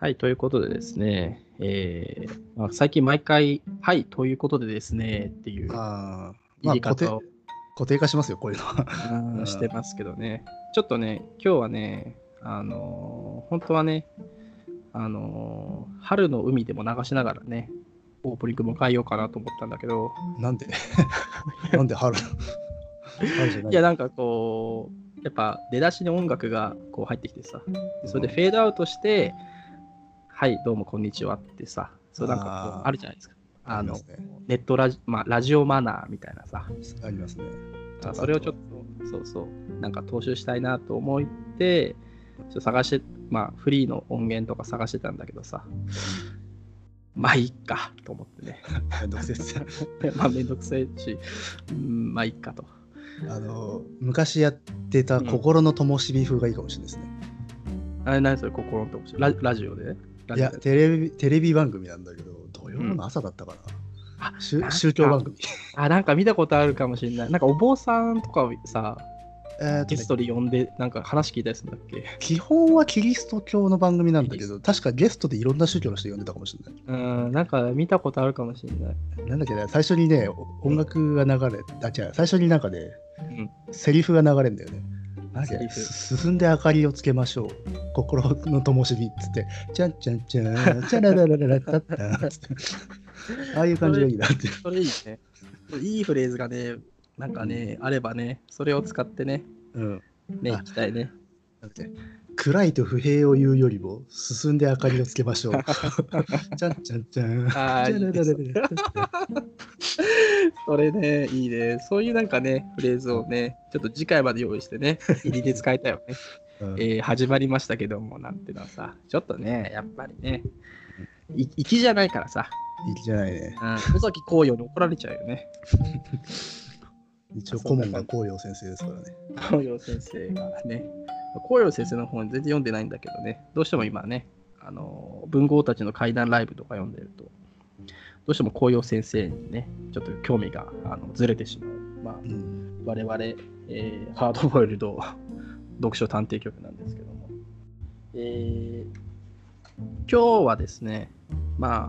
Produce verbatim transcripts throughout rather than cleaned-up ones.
はい、ということでですね、えーまあ、最近毎回、はい、ということでですね、っていうあ言い方を、 まあ、固定化しますよ、こういうのは。 うん、してますけどね。ちょっとね、今日はね、あのー、本当はね、あのー、春の海でも流しながらね、オープニングも変えようかなと思ったんだけど、 なんでなんで春春じゃない。 いや、なんかこう、やっぱ出だしに音楽がこう入ってきてさ、それでフェードアウトして、はい、どうもこんにちはってさ、そうなんかこうあーあるじゃないですか。あのありますね。 ネットラジ、まあ、ラジオマナーみたいなさ、 ありますね。 あそれをちょっと、そうそう、なんか踏襲したいなと思って、ちょっと探して、まあ、フリーの音源とか探してたんだけどさ、まあいいかと思ってね。 めんどくせえっすまあめんどくせえし、うん、まあいいかと。 あの昔やってた心の灯火風がいいかもしれないですね。 あれ何それ、心のとこララジオでラいやジオでテレビ、テレビ番組なんだけど、土曜の朝だったかな。 あ宗なんか宗教番組。 あ、なんか見たことあるかもしれない。なんかお坊さんとかをさ、 えーとねゲストで呼んで、なんか話聞いたりするんだっけ。 基本はキリスト教の番組なんだけど、確かゲストでいろんな宗教の人呼んでたかもしれない。 うん、なんか見たことあるかもしれない。 なんだっけね、最初にね、音楽が流れ、あ、違う、最初になんかね、 うん、 セリフが流れるんだよね。なんだっけセリフ進んで明かりをつけましょう。心の灯火っつって、ちゃんちゃんちゃん、ちゃらららららたったっつって。ああいう感じがいいなって。 それいいね。いいフレーズがね、なんかね、あればね、それを使ってね、 うん。 ね、 あ行きたいね。 なんて暗いと不平を言うよりも進んで明かりをつけましょう。ちゃんちゃんちゃん。 ああ、いいね。それね、いいね。そういうなんかね、フレーズをね、ちょっと次回まで用意してね、入りで使いたいよね。 うんえー始まりましたけども、なんていうのはさ、ちょっとね、やっぱりね、い粋じゃないからさ、 いいじゃないね。 うん、尾崎紅葉に怒られちゃうよね。 一応顧問が紅葉先生ですからね。 紅葉先生がね、紅葉先生の本全然読んでないんだけどね、どうしても今ね、あの文豪たちの怪談ライブとか読んでると、どうしても紅葉先生にね、ちょっと興味があのずれてしまう。まあ、うん、我々、えー、ハードボイルド読書探偵局なんですけども、えー、今日はですね、まあ、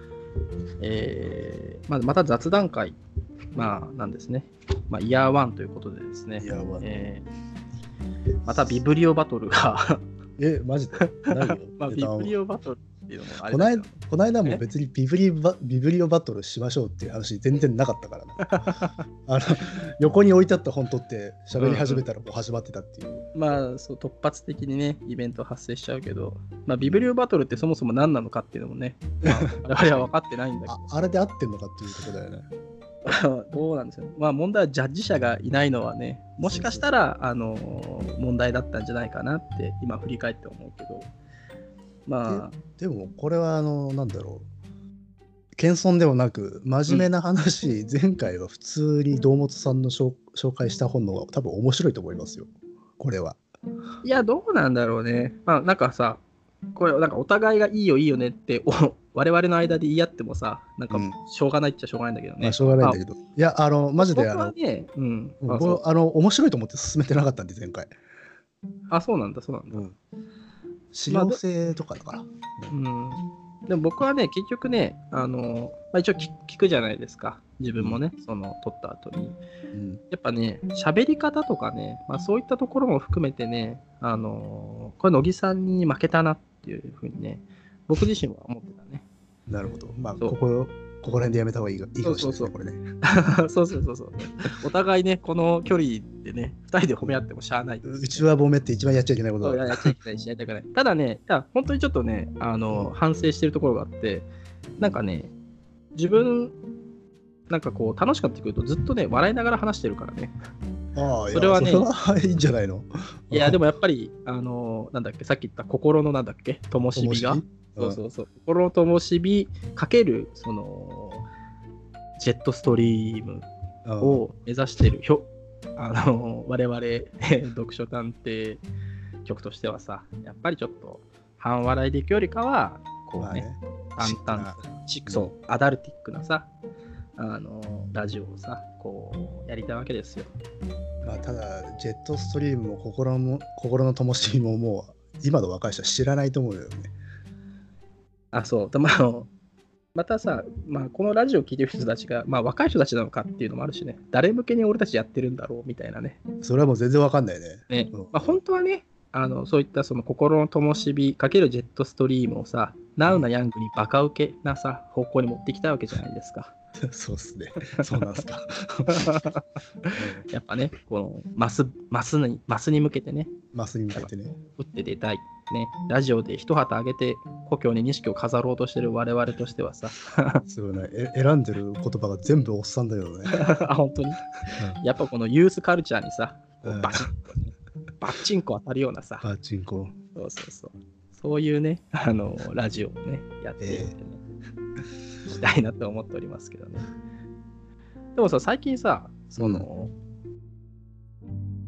えー、まあ、また雑談会、まあ、なんですね。まあ、イヤーワンということでですね、えー、またビブリオバトルがえ、マジで何よ、 まあ、ビブリオバトルっていうのもあれこの間この間も別にビブリバビブリオバトルしましょうっていう話全然なかったからな。あの横に置いてあった本取って喋り始めたらもう始まってたっていう。うんうん、まあそう突発的にねイベント発生しちゃうけど、まあ、ビブリオバトルってそもそも何なのかっていうのもね、まあ、我々は分かってないんだけどあ, あれで合ってんのかっていうところだよね。 どうなんですよ。まあ問題はジャッジ者がいないのはね、もしかしたらあの問題だったんじゃないかなって今振り返って思うけど、まあで, でもこれはあのなんだろう、謙遜ではなく真面目な話、うん、前回は普通に堂本さんの紹介した本の方が多分面白いと思いますよ。これは。 いやどうなんだろうね。まあなんかさ、これなんかお互いがいいよいいよねって我々の間で言い合ってもさ、なんかしょうがないっちゃしょうがないんだけどね。 まあ、しょうがないんだけど。いや、あの、マジで、 僕はね、うん。 あの、あの面白いと思って進めてなかったんで、前回。 あ、そうなんだ、そうなんだ。うん、 資料性とかだから、まあ。うん。でも僕はね、結局ね、あの、まあ、一応聞, 聞くじゃないですか。自分もね、うん、その、撮った後に。うん、やっぱね、喋り方とかね、まあそういったところも含めてね、あの、これ乃木さんに負けたなっていうふうにね、僕自身は思ってたね。 なるほど。まあ、ここ、ここら辺でやめた方がいいかもしれないですね、これね。 そうそうそうそう。お互いね、この距離でね、二人で褒め合ってもしゃあない。 うちは褒めって一番やっちゃいけないことだ。 やっちゃいけないし、やりたくない。ただね、いや本当にちょっとね、あの、反省してるところがあって、なんかね、自分、なんかこう、楽しかってくるとずっとね、笑いながら話してるからね。 ああ、 それはね、 それはいいんじゃないの。 いや、でもやっぱり、あの、なんだっけ、さっき言った心のなんだっけ、灯火が。そうそうそう。心の灯火かける、その、ジェットストリームを目指している、あの我々読書探偵局としてはさ、やっぱりちょっと半笑いでいくよりかは、こうね、淡々と、そう、アダルティックなさ、あのラジオをさ、こうやりたいわけですよ。 まあ、ただ、ジェットストリームも心の、心の灯火ももう、今の若い人は知らないと思うよね。 あ、そう。でもあの、またさ、まあ、このラジオを聞いてる人たちが、まあ、若い人たちなのかっていうのもあるしね、誰向けに俺たちやってるんだろうみたいなね。 それはもう全然わかんないね。 ね、 うん、 まあ、本当はね、あのそういったその心の灯火×ジェットストリームをさ、ナウなヤングにバカ受けなさ、方向に持ってきたわけじゃないですか。 そうっすね。そうなんすか。 やっぱね、このマス、マスに、マスに向けてね、 マスに向けてね。 打って出たい。ね、ラジオで一旗あげて故郷に錦を飾ろうとしてる我々としてはさ。 すごいね。え選んでる言葉が全部おっさんだよね。 あ、本当に、うん、やっぱこのユースカルチャーにさ、こうバチッ、うん、バッチンコ当たるようなさ。 バチンコ。 そうそうそう。そういうね、あの、ラジオをね、やっていってね、えー、したいなと思っておりますけどね。でもさ、最近さ、その、うん、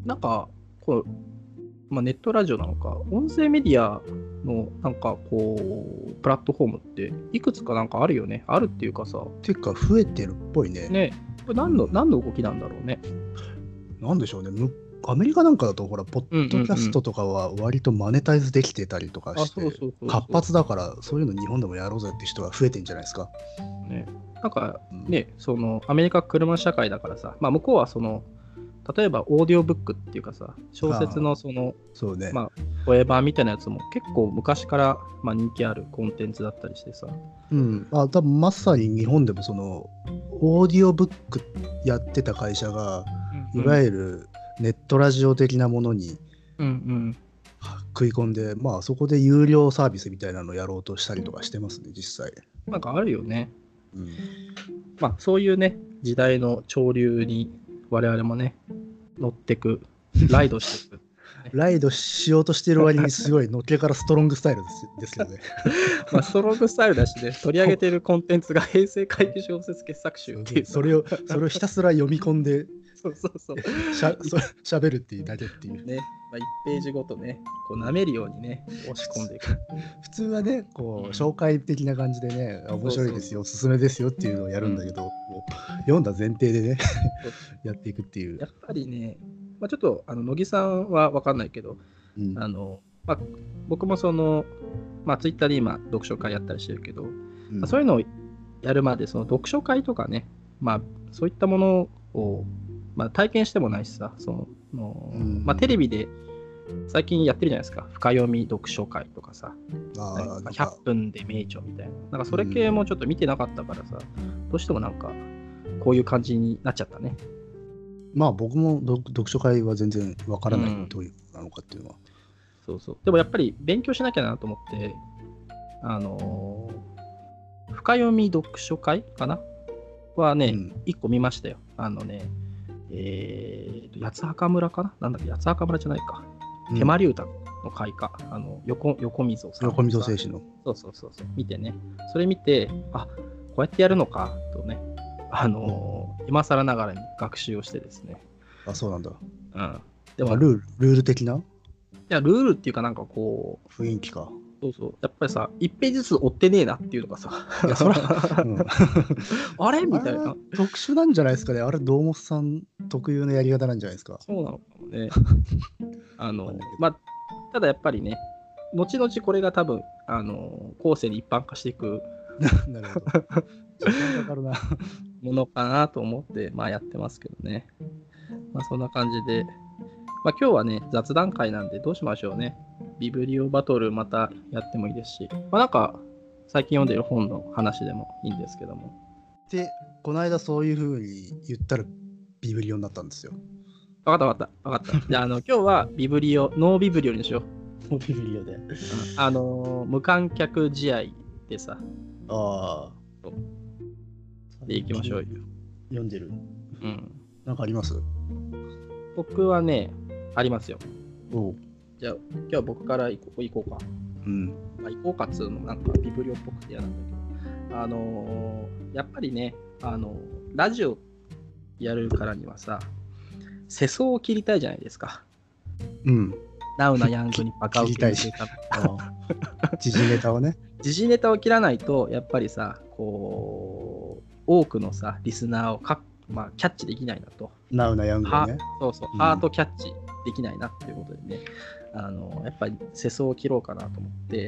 なんか、こう、まあ、ネットラジオなのか、音声メディアのなんかこう、プラットフォームっていくつかなんかあるよね。あるっていうかさ。 ていうか、増えてるっぽいね。 ね。これ何の、うん、何の動きなんだろうね。 なんでしょうね。アメリカなんかだと、ほら、ポッドキャストとかは割とマネタイズできてたりとかして、活発だから、そういうの日本でもやろうぜって人が増えてんじゃないですか。 ね。なんかね、うん、そのアメリカ車社会だからさ、まあ、向こうはその、例えばオーディオブックっていうかさ、小説のその、 そうね、 まあ、フォーエバーみたいなやつも結構昔からまあ人気あるコンテンツだったりしてさ。 うん、あ、多分まさに日本でもその、オーディオブックやってた会社が、うんうん、いわゆるネットラジオ的なものに食い込んで、うんうん、まあそこで有料サービスみたいなのをやろうとしたりとかしてますね、実際。 なんかあるよね。 うん、 まあそういうね、時代の潮流に我々もね、乗ってく、ライドしていく。 ライドしようとしてる割にすごいのっけからストロングスタイルですですけどね。 まあストロングスタイルだしね、取り上げてるコンテンツが平成回帰小説傑作集っていう。 それを、それをひたすら読み込んで、 そうそうそう。 しゃ、しゃべるっていうだけっていう。 ね、まあ、いちページごとね、こう舐めるようにね、押し込んでいく。 普通はね、こう、紹介的な感じでね、面白いですよ、おすすめですよっていうのをやるんだけど、うん、もう読んだ前提でね、やっていくっていう。 やっぱりね、まあ、ちょっとあの乃木さんは分かんないけど、うん、あのまあ、僕もその、まあ、ツイッターで今読書会やったりしてるけど、うんまあ、そういうのをやるまでその読書会とかね、まあ、そういったものを、まあ、体験してもないしさ、その、うんまあ、テレビで最近やってるじゃないですか、深読み読書会とかさ、あひゃっぷんで名著みたいな、なんかそれ系もちょっと見てなかったからさ、うん、どうしてもなんかこういう感じになっちゃったね。 まあ僕も読書会は全然わからない、うん、どういうなのかっていうのは。 そうそう。でもやっぱり勉強しなきゃなと思って、あのー、深読み読書会かなはね、うん、いっこ見ましたよ。あのね、えー、八幡村かななんだっけ、八幡村じゃないか。うん、手まり歌の会か。あの、横、横溝さん。 横溝静止の。 そうそうそうそう。見てね。それ見て、あ、こうやってやるのかとね。あのー、今更ながらに学習をしてですね。 あ、そうなんだ。 うん。 でもルール、ルール的な？いや、ルールっていうかなんかこう。 雰囲気か。 そうそう。やっぱりさ、いちページずつ追ってねえなっていうのがさ。いや、そら、うん、あれみたいな。 特殊なんじゃないですかね。あれ、堂本さん特有のやり方なんじゃないですか。 そうなのかもね。あの、まあ、ただやっぱりね、後々これが多分、あの、後世に一般化していく。 なるほど。時間かかるな。 ものかなと思って、まあやってますけどね。まあそんな感じで、まあ今日はね、雑談会なんでどうしましょうね。ビブリオバトルまたやってもいいですし、まあなんか最近読んでる本の話でもいいんですけども。 で、この間そういう風に言ったらビブリオになったんですよ。 わかったわかった。わかった。じゃあ、あの、今日はビブリオ、ノービブリオにしよう。ノービブリオで。うん、 あのー、無観客試合でさ。 ああ。 で行きましょうよ。 読んでる。 うん。 なんかあります？ 僕はね、ありますよ。 おう。 じゃあ、今日は僕から行こう、行こうか。 うん。 まあ、行こうかっつうのもなんかビブリオっぽくて嫌なんだけど。あのー、やっぱりね、あのー、ラジオやるからにはさ、世相を切りたいじゃないですか。 うん。 ナウなヤングにバカを切りたい。 時事ネタをね。 時事ネタを切らないと、やっぱりさ、こう、多くのさ、リスナーをか、まあ、キャッチできないなと。 ナウなヤングね。 そうそう、うん、ハートキャッチできないなっていうことでね、あの、やっぱり世相を切ろうかなと思って、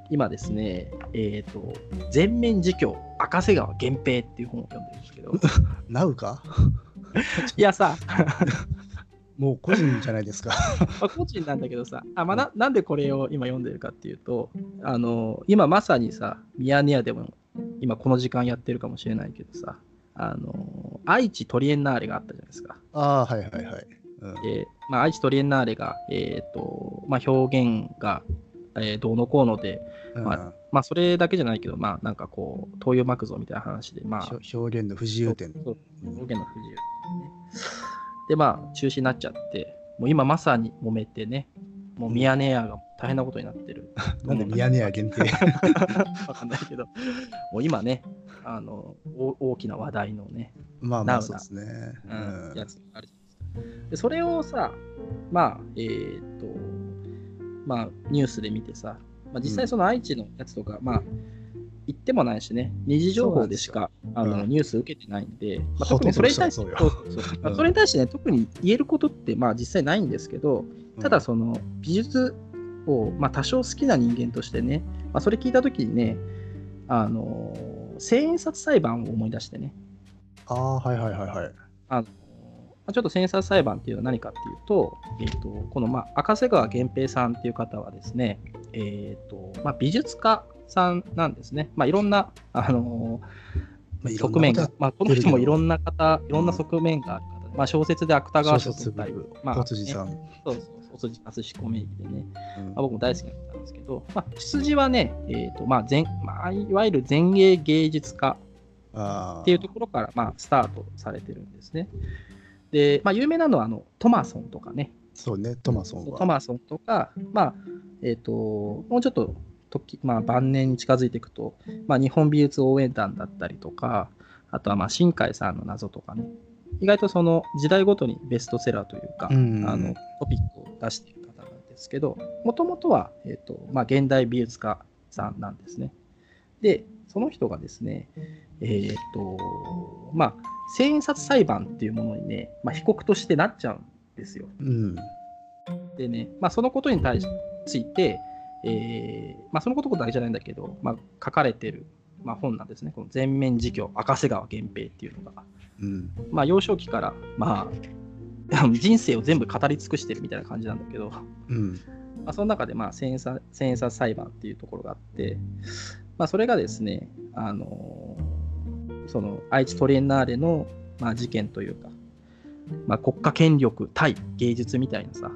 今ですね、えっ、と、全面自供、赤瀬川源平っていう本を読んでるんですけど。 ナウかいやさ、 もう個人じゃないですか。 まあ、個人なんだけどさ、あまあ、な, なんでこれを今読んでるかっていうと、あの今まさにさ、ミヤネ屋でも今この時間やってるかもしれないけどさ、あの愛知トリエンナーレがあったじゃないですか。 ああ、はいはいはい。 うんでまあ、愛知トリエンナーレが、えーとまあ、表現が、えー、どうのこうので、 うんまあまあ、それだけじゃないけど、まあ、なんかこう、東洋幕造みたいな話で、まあ、 表現の不自由点。 そう表現の不自由点ね。で、まあ、中止になっちゃって、もう今まさに揉めてね、もうミヤネ屋が大変なことになってる。 なんでミヤネ屋限定わかんないけど、もう今ね、あの大きな話題のね、 まあまあそうですね。 うん、やつがあるじゃないですか。でそれをさ、まあ、えー、っと、まあ、ニュースで見てさ、まあ、実際その愛知のやつとか、うん、まあ、言ってもないしね、二次情報でしかあの、うん、ニュース受けてないんで、まあ、特にそれに対して、それに対してね、特に言えることって、まあ、実際ないんですけど、ただその美術を、まあ、多少好きな人間としてね、まあ、それ聞いたときにね、あの千円札裁判を思い出してね。 ああ、はいはいはいはい。 あのちょっと千円札裁判っていうのは何かっていうと、えー、とこの、まあ、赤瀬川源平さんっていう方はですね、えーとまあ、美術家さんなんですね。まあ、いろんな、あのー、側面が、まあ、この人もいろんな方、いろんな側面がある方、まあ、小説で芥川賞を取ったり、まあ、 お辻さん。 そうそう、お辻敦彦名義でね、うんまあ、僕も大好きだったんですけど、まあ、出自はね、えーとまあ前まあ、いわゆる前衛芸術家っていうところから、まあ、スタートされてるんですね。で、まあ、有名なのはあのトマソンとかね。 そうね、トマソンは。 トマソンとか、まあ、えっ、ー、と、もうちょっと時、まあ、晩年に近づいていくと、まあ、日本美術応援団だったりとか、あとはまあ新海さんの謎とかね。意外とその時代ごとにベストセラーというか、うんあのトピックを出している方なんですけど、もともとは、えーとまあ、現代美術家さんなんですね。で、その人がですね、えっ、ー、と、まあ、千円札裁判っていうものにね、まあ、被告としてなっちゃうんですよ。 うん、 でね、まあ、そのことに対しついて、えーまあ、そのことだけじゃないんだけど、まあ、書かれてる、まあ、本なんですね。この全面自供赤瀬川源平っていうのが。うんまあ、幼少期から、まあ、人生を全部語り尽くしてるみたいな感じなんだけど、うんまあ、その中で、まあ、千円札千円札裁判っていうところがあって、まあ、それがですね、あのー、その愛知トリエンナーレの、まあ、事件というか、まあ、国家権力対芸術みたいなさ、うん、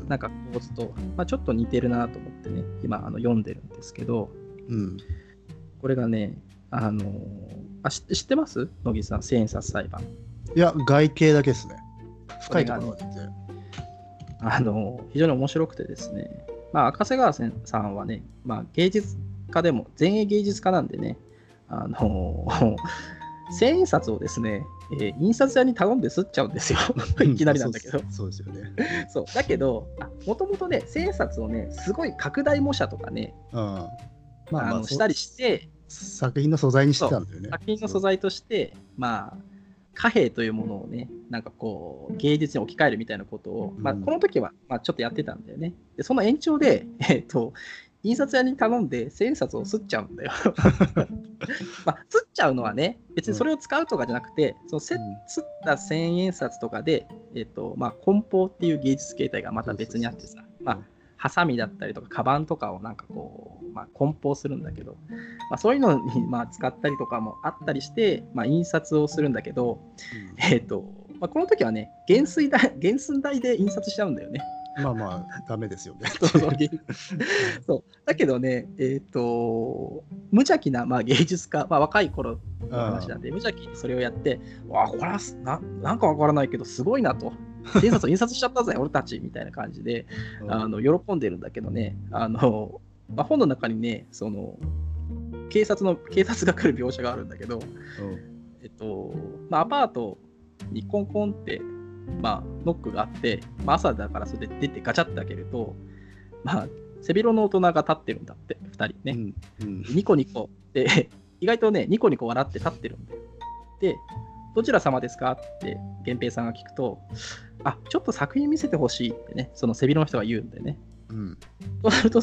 なんか構図と、まあ、ちょっと似てるなと思ってね、今あの読んでるんですけど、うん、これがね、あのー、あ知ってます野木さん、千円札裁判。 いや、外形だけですね。深いところが出て、ね、 あのー、非常に面白くてですね、まあ、赤瀬川さんはね、まあ、芸術家でも前衛芸術家なんでね、あのー、千円札をですね、えー、印刷屋に頼んで刷っちゃうんですよ。いきなりなんだけど。 そう、そうですよね。 そうだけど、もともとね、千円札をね、すごい拡大模写とかね、うんまあまあ、あのしたりして、 作品の素材にしてたんだよね。 作品の素材として、まあ、貨幣というものをね、なんかこう、芸術に置き換えるみたいなことを、まあ、この時は、まあ、ちょっとやってたんだよね。で、その延長で、えっと、印刷屋に頼んで千円札を刷っちゃうんだよ。まあ、刷っちゃうのはね、別にそれを使うとかじゃなくて、その刷った千円札とかで、えっと、まあ、梱包っていう芸術形態がまた別にあってさ、まあ、ハサミだったりとか、カバンとかをなんかこう、まあ、梱包するんだけど、まあ、そういうのにまあ使ったりとかもあったりして、まあ、印刷をするんだけど、うん、えっと、まあ、この時はね、原水代、原寸大で印刷しちゃうんだよね。 まあまあ、ダメですよね。 そうそうそうだけどね、えっ、ー、と、無邪気な、まあ、芸術家、まあ、若い頃の話なんで、無邪気にそれをやって、わあ、これはな、なんかわからないけど、すごいなと。千円札を印刷しちゃったぜ、俺たちみたいな感じで、あの喜んでるんだけどね、あの、まあ、本の中にね、その、警察の、警察が来る描写があるんだけど、えっと、まあ、アパートにコンコンって、まあ、ノックがあって、まあ、朝だからそれで出てガチャって開けると、まあ、背広の大人が立ってるんだって、ふたりね、うんうん。ニコニコで、意外とね、ニコニコ笑って立ってるんだよ。で、どちら様ですかって源平さんが聞くと、あ、ちょっと作品見せてほしいってね、その背広の人が言うんだよね。うん、そうするとさ、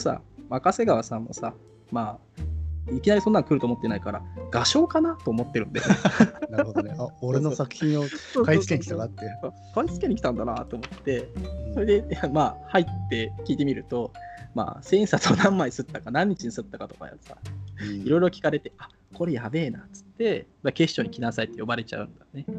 赤瀬川さんもさ、まあ、いきなりそんなの来ると思ってないから、画商かなと思ってるんで。 なるほどね。あ、俺の作品を買い付けに来たなって。 買い付けに来たんだなと思って、それで、まあ、入って聞いてみると、まあ、千円札を何枚刷ったか、何日に刷ったかとかやさ、いろいろ聞かれて、あ、これやべえなっつって、まあ、警視庁に来なさいって呼ばれちゃうんだね。うん、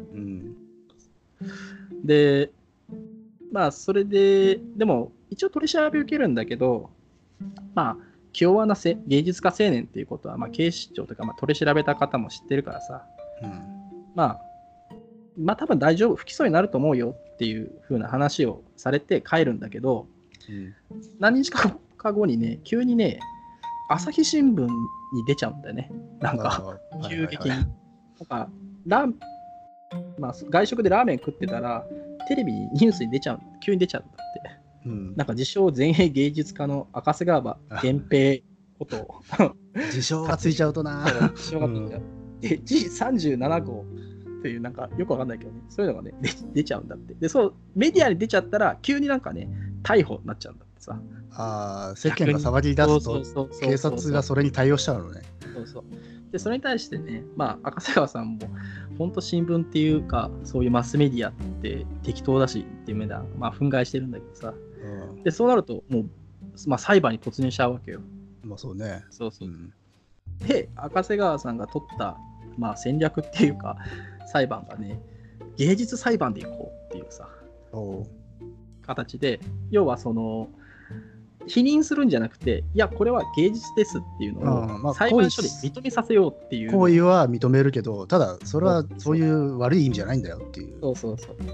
で、まあ、それで、でも、一応取り調べ受けるんだけど、まあ、気弱なせ芸術家青年っていうことは、まあ、警視庁とか、まあ、取り調べた方も知ってるからさ、うん、まあ、まあ、多分大丈夫、不起訴になると思うよっていう風な話をされて帰るんだけど、うん、何日か後にね、急にね、朝日新聞に出ちゃうんだよね。なんか、急激に。なんかラー、まあ、外食でラーメン食ってたら、テレビにニュースに出ちゃう、急に出ちゃうんだって。うん、なんか自称前衛芸術家の赤瀬川源平こと自称がついちゃうとな。自称がついちゃう。 で、ジーさんじゅうなな 号っていうなんかよくわかんないけどね、そういうのがね、出ちゃうんだって。で、そうメディアに出ちゃったら急になんかね、逮捕になっちゃうんだってさ。 ああ、世間が騒ぎ出すと警察がそれに対応しちゃうのね。 そうそう。で、それに対してね、まあ赤瀬川さんも本当新聞っていうかそういうマスメディアって適当だしっていう目だ、まあ憤慨してるんだけどさ。うん、で、そうなるともう、まあ、裁判に突入しちゃうわけよ。 まあそうね。 そうそう。うん、で、赤瀬川さんが取った、まあ、戦略っていうか裁判がね、芸術裁判でいこうっていうさ、形で、要はその否認するんじゃなくて、いやこれは芸術ですっていうのを、まあ、裁判所で認めさせようっていう。 行為は認めるけど、ただそれはそういう悪い意味じゃないんだよっていう。 そうそうそう。うん、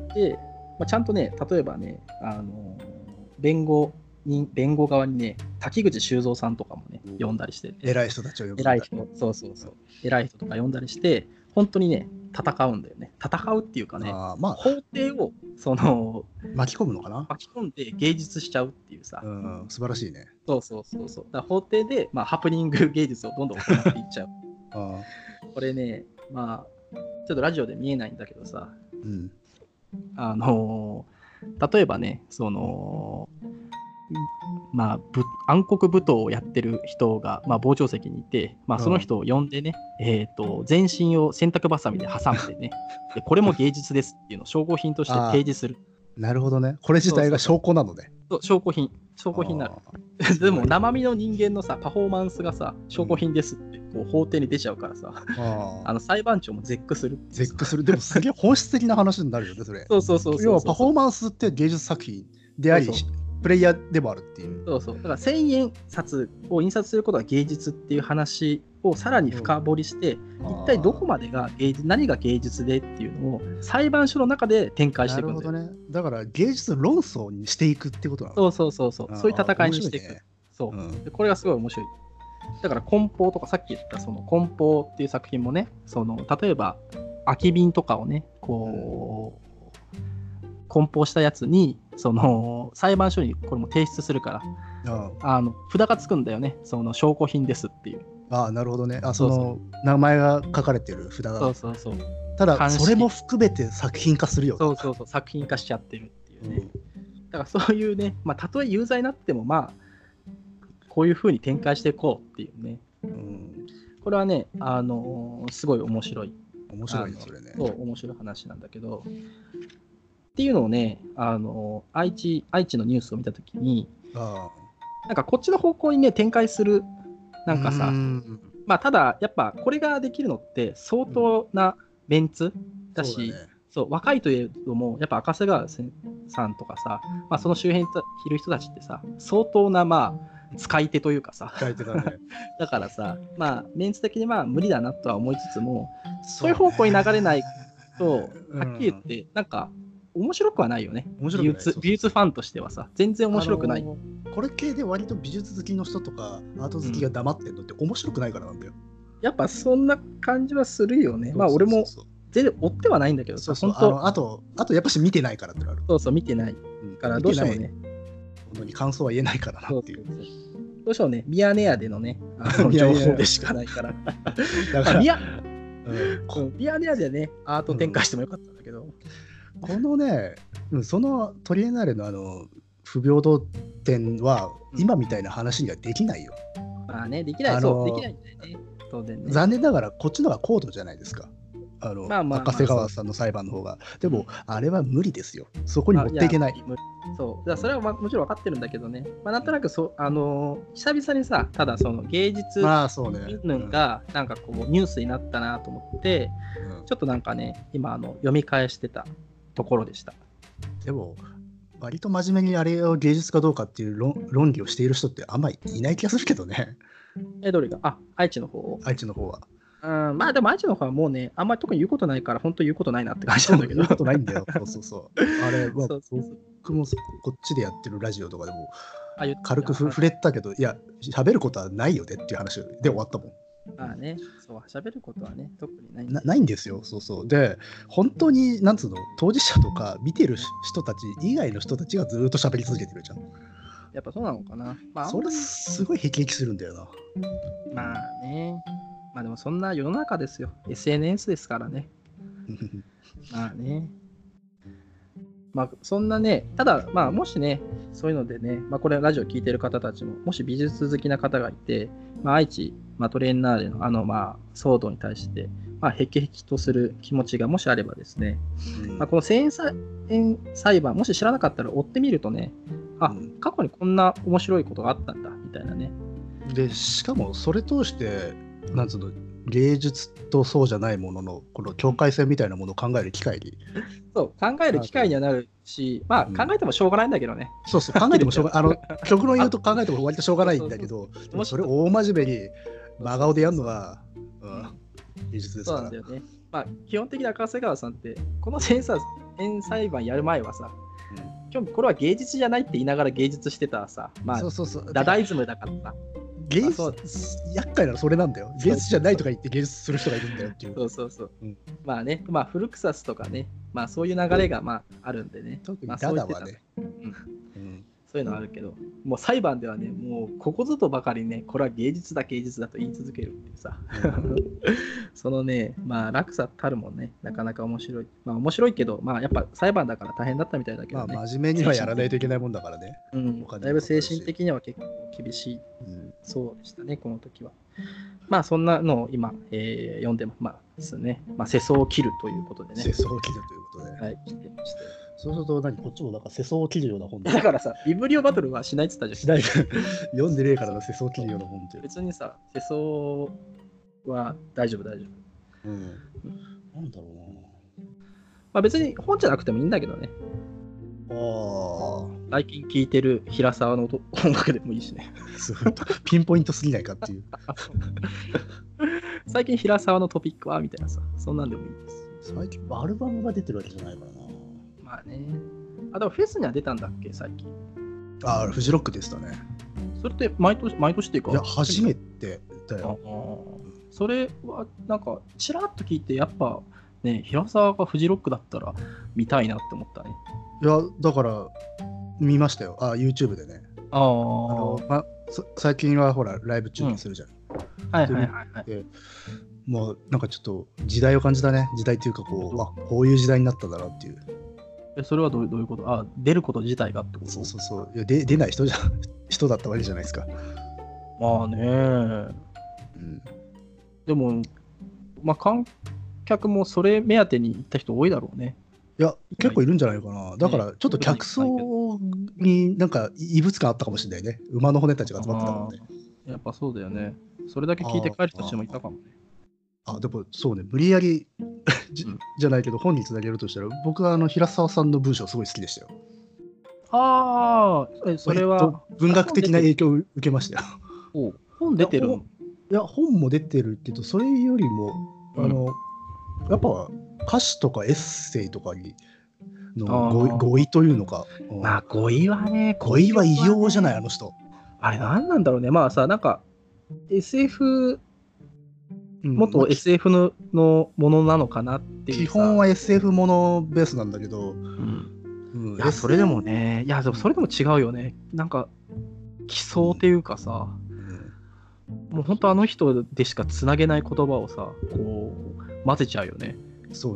で、まあ、ちゃんとね、例えばね、あの弁護に弁護側にね、滝口修造さんとかもね、呼んだりして、ね、 偉い人たちを呼んだり、 偉い人、そうそうそう、偉い人とか呼んだりして、本当にね、戦うんだよね。戦うっていうかね、あ、まあ、法廷をその巻き込むのかな、 巻き込んで芸術しちゃうっていうさ、 うん、素晴らしいね。 そうそうそうそう。だから法廷で、まあ、ハプニング芸術をどんどん行っていっちゃう。あ、これね、まあ、ちょっとラジオで見えないんだけどさ、うん、あのー、例えばね、その、まあ、暗黒舞踏をやってる人が、まあ、傍聴席にいて、まあ、その人を呼んでね、うん、えーと、全身を洗濯ばさみで挟んでねで、これも芸術ですっていうのを証拠品として提示する。 なるほどね。これ自体が証拠なのね。 そうそうそう、証拠品。証拠品になる。でも生身の人間のさ、パフォーマンスがさ、証拠品ですってこう法廷に出ちゃうからさ、ああの裁判長も絶句する。 絶句する。でもすげえ本質的な話になるよね、それ。 そうそうそうそう。 要はパフォーマンスって芸術作品であり、そうそう、プレイヤーでもあるっていう。 そうそう。だから千円札を印刷することが芸術っていう話をさらに深掘りして、うん、一体どこまでが芸術、何が芸術でっていうのを裁判所の中で展開していくんだよ。 なるほどね。だから芸術論争にしていくってことなの。 そうそうそうそう。そういう戦いにしていく。ね、そう、うん、で。これがすごい面白い。だから梱包とかさっき言ったその梱包っていう作品もね、その例えば空き瓶とかをね、こう。うん、梱包したやつにその裁判所にこれも提出するから、あああの札がつくんだよね、その証拠品ですっていう。 ああ、なるほどね。あ、そのそうそう名前が書かれてる札が。 そうそうそう。 ただそれも含めて作品化するよ。 そうそうそう、作品化しちゃってるっていうね。うん、だからそういうね、まあたとえ有罪になってもまあこういう風に展開していこうっていうね。うん、これはね、あのー、すごい面白い。 面白いね、それね。 そう面白い話なんだけど。っていうのをね、あの愛知、愛知のニュースを見たときに、あなんかこっちの方向にね、展開する、なんかさ、んまあ、ただ、やっぱこれができるのって相当なメンツだし、うん そうだね、そう若いといえども、やっぱ赤瀬川さんとかさ、まあ、その周辺にいる人たちってさ、相当な、まあ、使い手というかさ、 使い手だね、 だからさ、まあ、メンツ的にまあ無理だなとは思いつつも、そういう方向に流れないと、はっきり言って、なんか、面白くはないよね。面白くない。美術、美術ファンとしてはさ、全然面白くない。あのー、これ系で割と美術好きの人とかアート好きが黙ってんのって面白くないからなんだよ。 うん、やっぱそんな感じはするよね。まあ俺も全然追ってはないんだけどさ、 そうそう、本当。あの、あと、あとやっぱし見てないからってなる。 そうそう、見てないから、どうしてもね。 本当に感想は言えないからなっていう。そうそうそう、 どうしてもね、ミヤネ屋でのね、あの情報でしかないから。だから、ミヤ、うん、ミヤネ屋でね、アート展開してもよかったんだけど。 うん、このね、そのトリエンナーレのあの不平等点は今みたいな話にはできないよ。 まあね、できない、そう、できないんだよね。当然ね。 残念ながらこっちの方が高度じゃないですか。あの、まあまあまあ、赤瀬川さんの裁判の方が。でも、あれは無理ですよ。そこに持っていけない。いそう。だからそれはもちろん分かってるんだけどね。まあ、なんとなくそ、あのー、久々にさ、ただその芸術云がなんかこうニュースになったなと思って、うん、ちょっとなんかね、今あの読み返してたところでした。 でも、割と真面目にあれを芸術かどうかっていう 論, 論議をしている人ってあんまりいない気がするけどね。 え、どれが？あ、愛知の方？ 愛知の方は。 うん、まあでも愛知の方はもうね、あんまり特に言うことないから、本当言うことないなって感じなんだけど。 言うことないんだよ。そうそうそう。あれ、まあ、そうそうそう、僕もこっちでやってるラジオとかでも、軽く触れたけど、いや、喋ることはないよねっていう話で終わったもん。 まあね、そう、喋ることはね、特にないんな。ないんですよ、そうそう。で、本当に、なんつうの、当事者とか見てる人たち以外の人たちがずっと喋り続けてるじゃん。 やっぱそうなのかな。まあ、 それすごい辟易するんだよな。 まあね。まあでもそんな世の中ですよ。エスエヌエス ですからね。まあね。まあそんなね、ただまあもしね、そういうのでね、まあこれラジオ聞いてる方たちも、もし美術好きな方がいて、まあ愛知、まあ、トレーナーレのあのまあ騒動に対して、まあへきへきとする気持ちがもしあればですね、うん、まあ、この千円裁判、もし知らなかったら追ってみるとね、あ、うん、過去にこんな面白いことがあったんだ、みたいなね。 で、しかもそれ通して、なんつうの、芸術とそうじゃないもののこの境界線みたいなものを考える機会にそう考える機会にはなるし、まあ、うん、考えてもしょうがないんだけどね。 そうそう、考えてもしょうがない。あの極論言うと考えても割としょうがないんだけど、でもそれを大真面目に真顔でやるのが芸術ですから。 そうなんだよね。まあ、基本的に赤瀬川さんってこの千円裁判やる前はさ、うん、今日これは芸術じゃないって言いながら芸術してたさ、まあ、そうそうそう、ダダイズムだからさ。 芸術、まあ、厄介なのそれなんだよ。芸術じゃないとか言って芸術する人がいるんだよっていう。 そうそうそう。うん、まあね、まあ古草とかね、まあそういう流れがまああるんでね。 特にダダはね、 まあ、うんうん。そういうのはあるけど、もう裁判ではね、もうここぞとばかりね、これは芸術だ芸術だと言い続けるっていうさ。そのね、まあ落差たるもんね、なかなか面白い。まあ面白いけど、まあやっぱ裁判だから大変だったみたいだけどね。 まあ真面目にはやらないといけないもんだからね。 うん、だいぶ精神的には結構厳しい。うん、そうでしたね、この時は。まあそんなのを今、えー、読んでも、まあですね、まあ世相を切るということでね。 世相を切るということで。 はい、切ってまして。 そうすると何、こっちもなんか世相を切るような本だからさ、ビブリオバトルはしないって言ったじゃん。しない。読んでねえからな、世相を切るような本って。 別にさ、世相は大丈夫、大丈夫。うん。なんだろうな。 まあ別に本じゃなくてもいいんだけどね。 ああ。 最近聴いてる平沢の音楽でもいいしね。 ピンポイントすぎないかっていう。 最近平沢のトピックはみたいなさ、そんなんでもいいです。 最近アルバムが出てるわけじゃないからな。 まあね。あ、でもフェスには出たんだっけ、最近。 ああ、フジロックでしたね。 それって毎年、毎年っていうか。 いや、初めてだよ。 あ、それはなんか、ちらっと聞いて、やっぱね、平沢がフジロックだったら見たいなって思ったね。 いや、だから、見ましたよ。あ、YouTube でね。 ああの、 ま、最近はほら、ライブ中継するじゃん。うん、 はいはいはい、はい。 もうなんかちょっと時代を感じたね。時代っていうかこう、あ、こういう時代になったんだなっていう。 え、それはどういう、どういうこと？あ、出ること自体がってこと？ そうそうそう。いや、で出ない人じゃ人だったわけじゃないですか。 まあね、うん。でも、まあ観客もそれ目当てに行った人多いだろうね。 いや、結構いるんじゃないかな。だからちょっと客層になんか異物感あったかもしれないね。馬の骨たちが集まってたからね。 やっぱそうだよね。それだけ聞いて帰る人たちもいたかもね。 あ, あ, あでもそうね、無理やりじ, じゃないけど本につなげるとしたら、僕はあの平沢さんの文章すごい好きでしたよ。 ああ、それは、 えっと、文学的な影響を受けましたよ。 お本出てるの？ いや、本も出てるけど、それよりも、あの、うん、やっぱ歌詞とかエッセイとかにの語彙、語彙というのか。 まあ語彙はね、 語彙は異様じゃない、あの人。 あれ何なんだろうね。まあさ、なんか エスエフ、元 エスエフ の、のものなのかなっていう。 基本は エスエフ ものベースなんだけど、 うんうん、いや、それでもね、いや、でもそれでも違うよね。なんか、奇想っていうかさ、うん、もう本当あの人でしかつなげない言葉をさ、こう、混ぜちゃうよね。 そうね。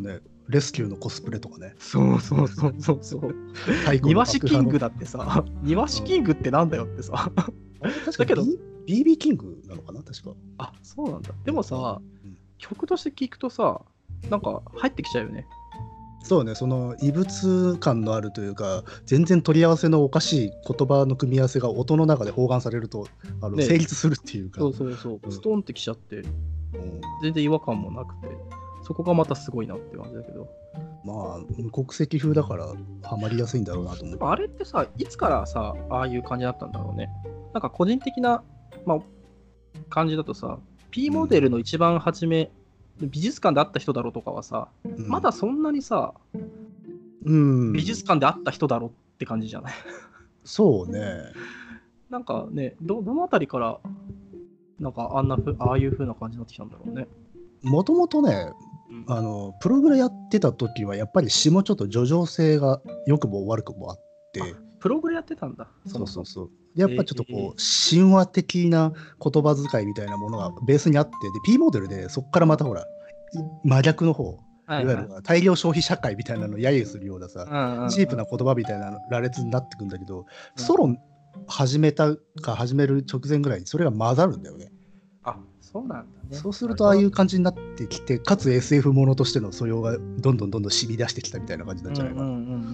レスキューのコスプレとかね。 そうそうそうそうそう。庭師キングだってさ、庭師キングってなんだよってさ。 だけど ビービー キングなのかな確か。 あ、そうなんだ。でもさ、うん、曲として聞くとさ、なんか入ってきちゃうよね。 そうね、その異物感のあるというか、全然取り合わせのおかしい言葉の組み合わせが音の中で包含されると、あの、ね、成立するっていうか。 そうそうそう、うん、ストーンってきちゃって、うん、全然違和感もなくて、そこがまたすごいなって感じだけど。 まあ、無国籍風だからハマりやすいんだろうなと思って。 あれってさ、いつからさ、ああいう感じだったんだろうね。なんか個人的な、まあ、感じだとさ、P モデルの一番初め、うん、美術館で会った人だろうとかはさ、うん、まだそんなにさ、うん、美術館で会った人だろうって感じじゃないそうね。 なんかね、ど, どのあたりからなんかあんなふああいう風な感じになってきたんだろうね。 もともとね、うん、あのプログラやってた時はやっぱり詩もちょっと叙情性が良くも悪くもあって。 プログラやってたんだ。 そうそうそう。やっぱちょっとこう、えー、神話的な言葉遣いみたいなものがベースにあって、で P モデルでそこからまたほら真逆の方、はいはい、いわゆる大量消費社会みたいなのを揶揄するようなさ、うんうん、チープな言葉みたいな羅列になってくんだけど、うん、ソロ始めたか始める直前ぐらいにそれが混ざるんだよね。 あ、そうなんだね。 そうするとああいう感じになってきて、かつ エスエフ ものとしての素養がどんどんどんどん染み出してきたみたいな感じなんじゃないかな。うんうんうんうん、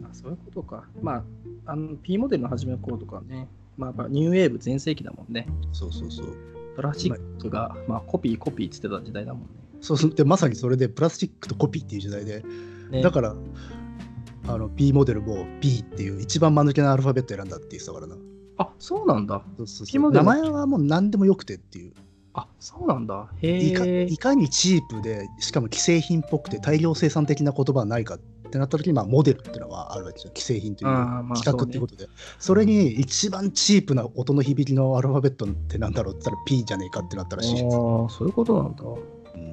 あ、そういうことか。まあ、あの P モデルの始めの頃とかね、まあ、やっぱニューウェーブ全盛期だもんね。 そうそうそう。 プラスチックが、まあ、コピーコピーって言ってた時代だもんね。 そうすでまさにそれでプラスチックとコピーっていう時代で、ね、だからあの P モデルも P っていう一番間抜けなアルファベット選んだって言ってたからな。 あ、そうなんだ。 そうそうそう、名前はもう何でもよくてっていう。 あ、そうなんだ。へいかいかにチープでしかも既製品っぽくて大量生産的な言葉はないかってなった時に、まあ、モデルっていうのはあるわけですよ。既製品という企画っていうことで、まあ そ, ね、それに一番チープな音の響きのアルファベットってなんだろうって言ったら P じゃねえかってなったらしいです。ああ、 そういうことなんだ。うん、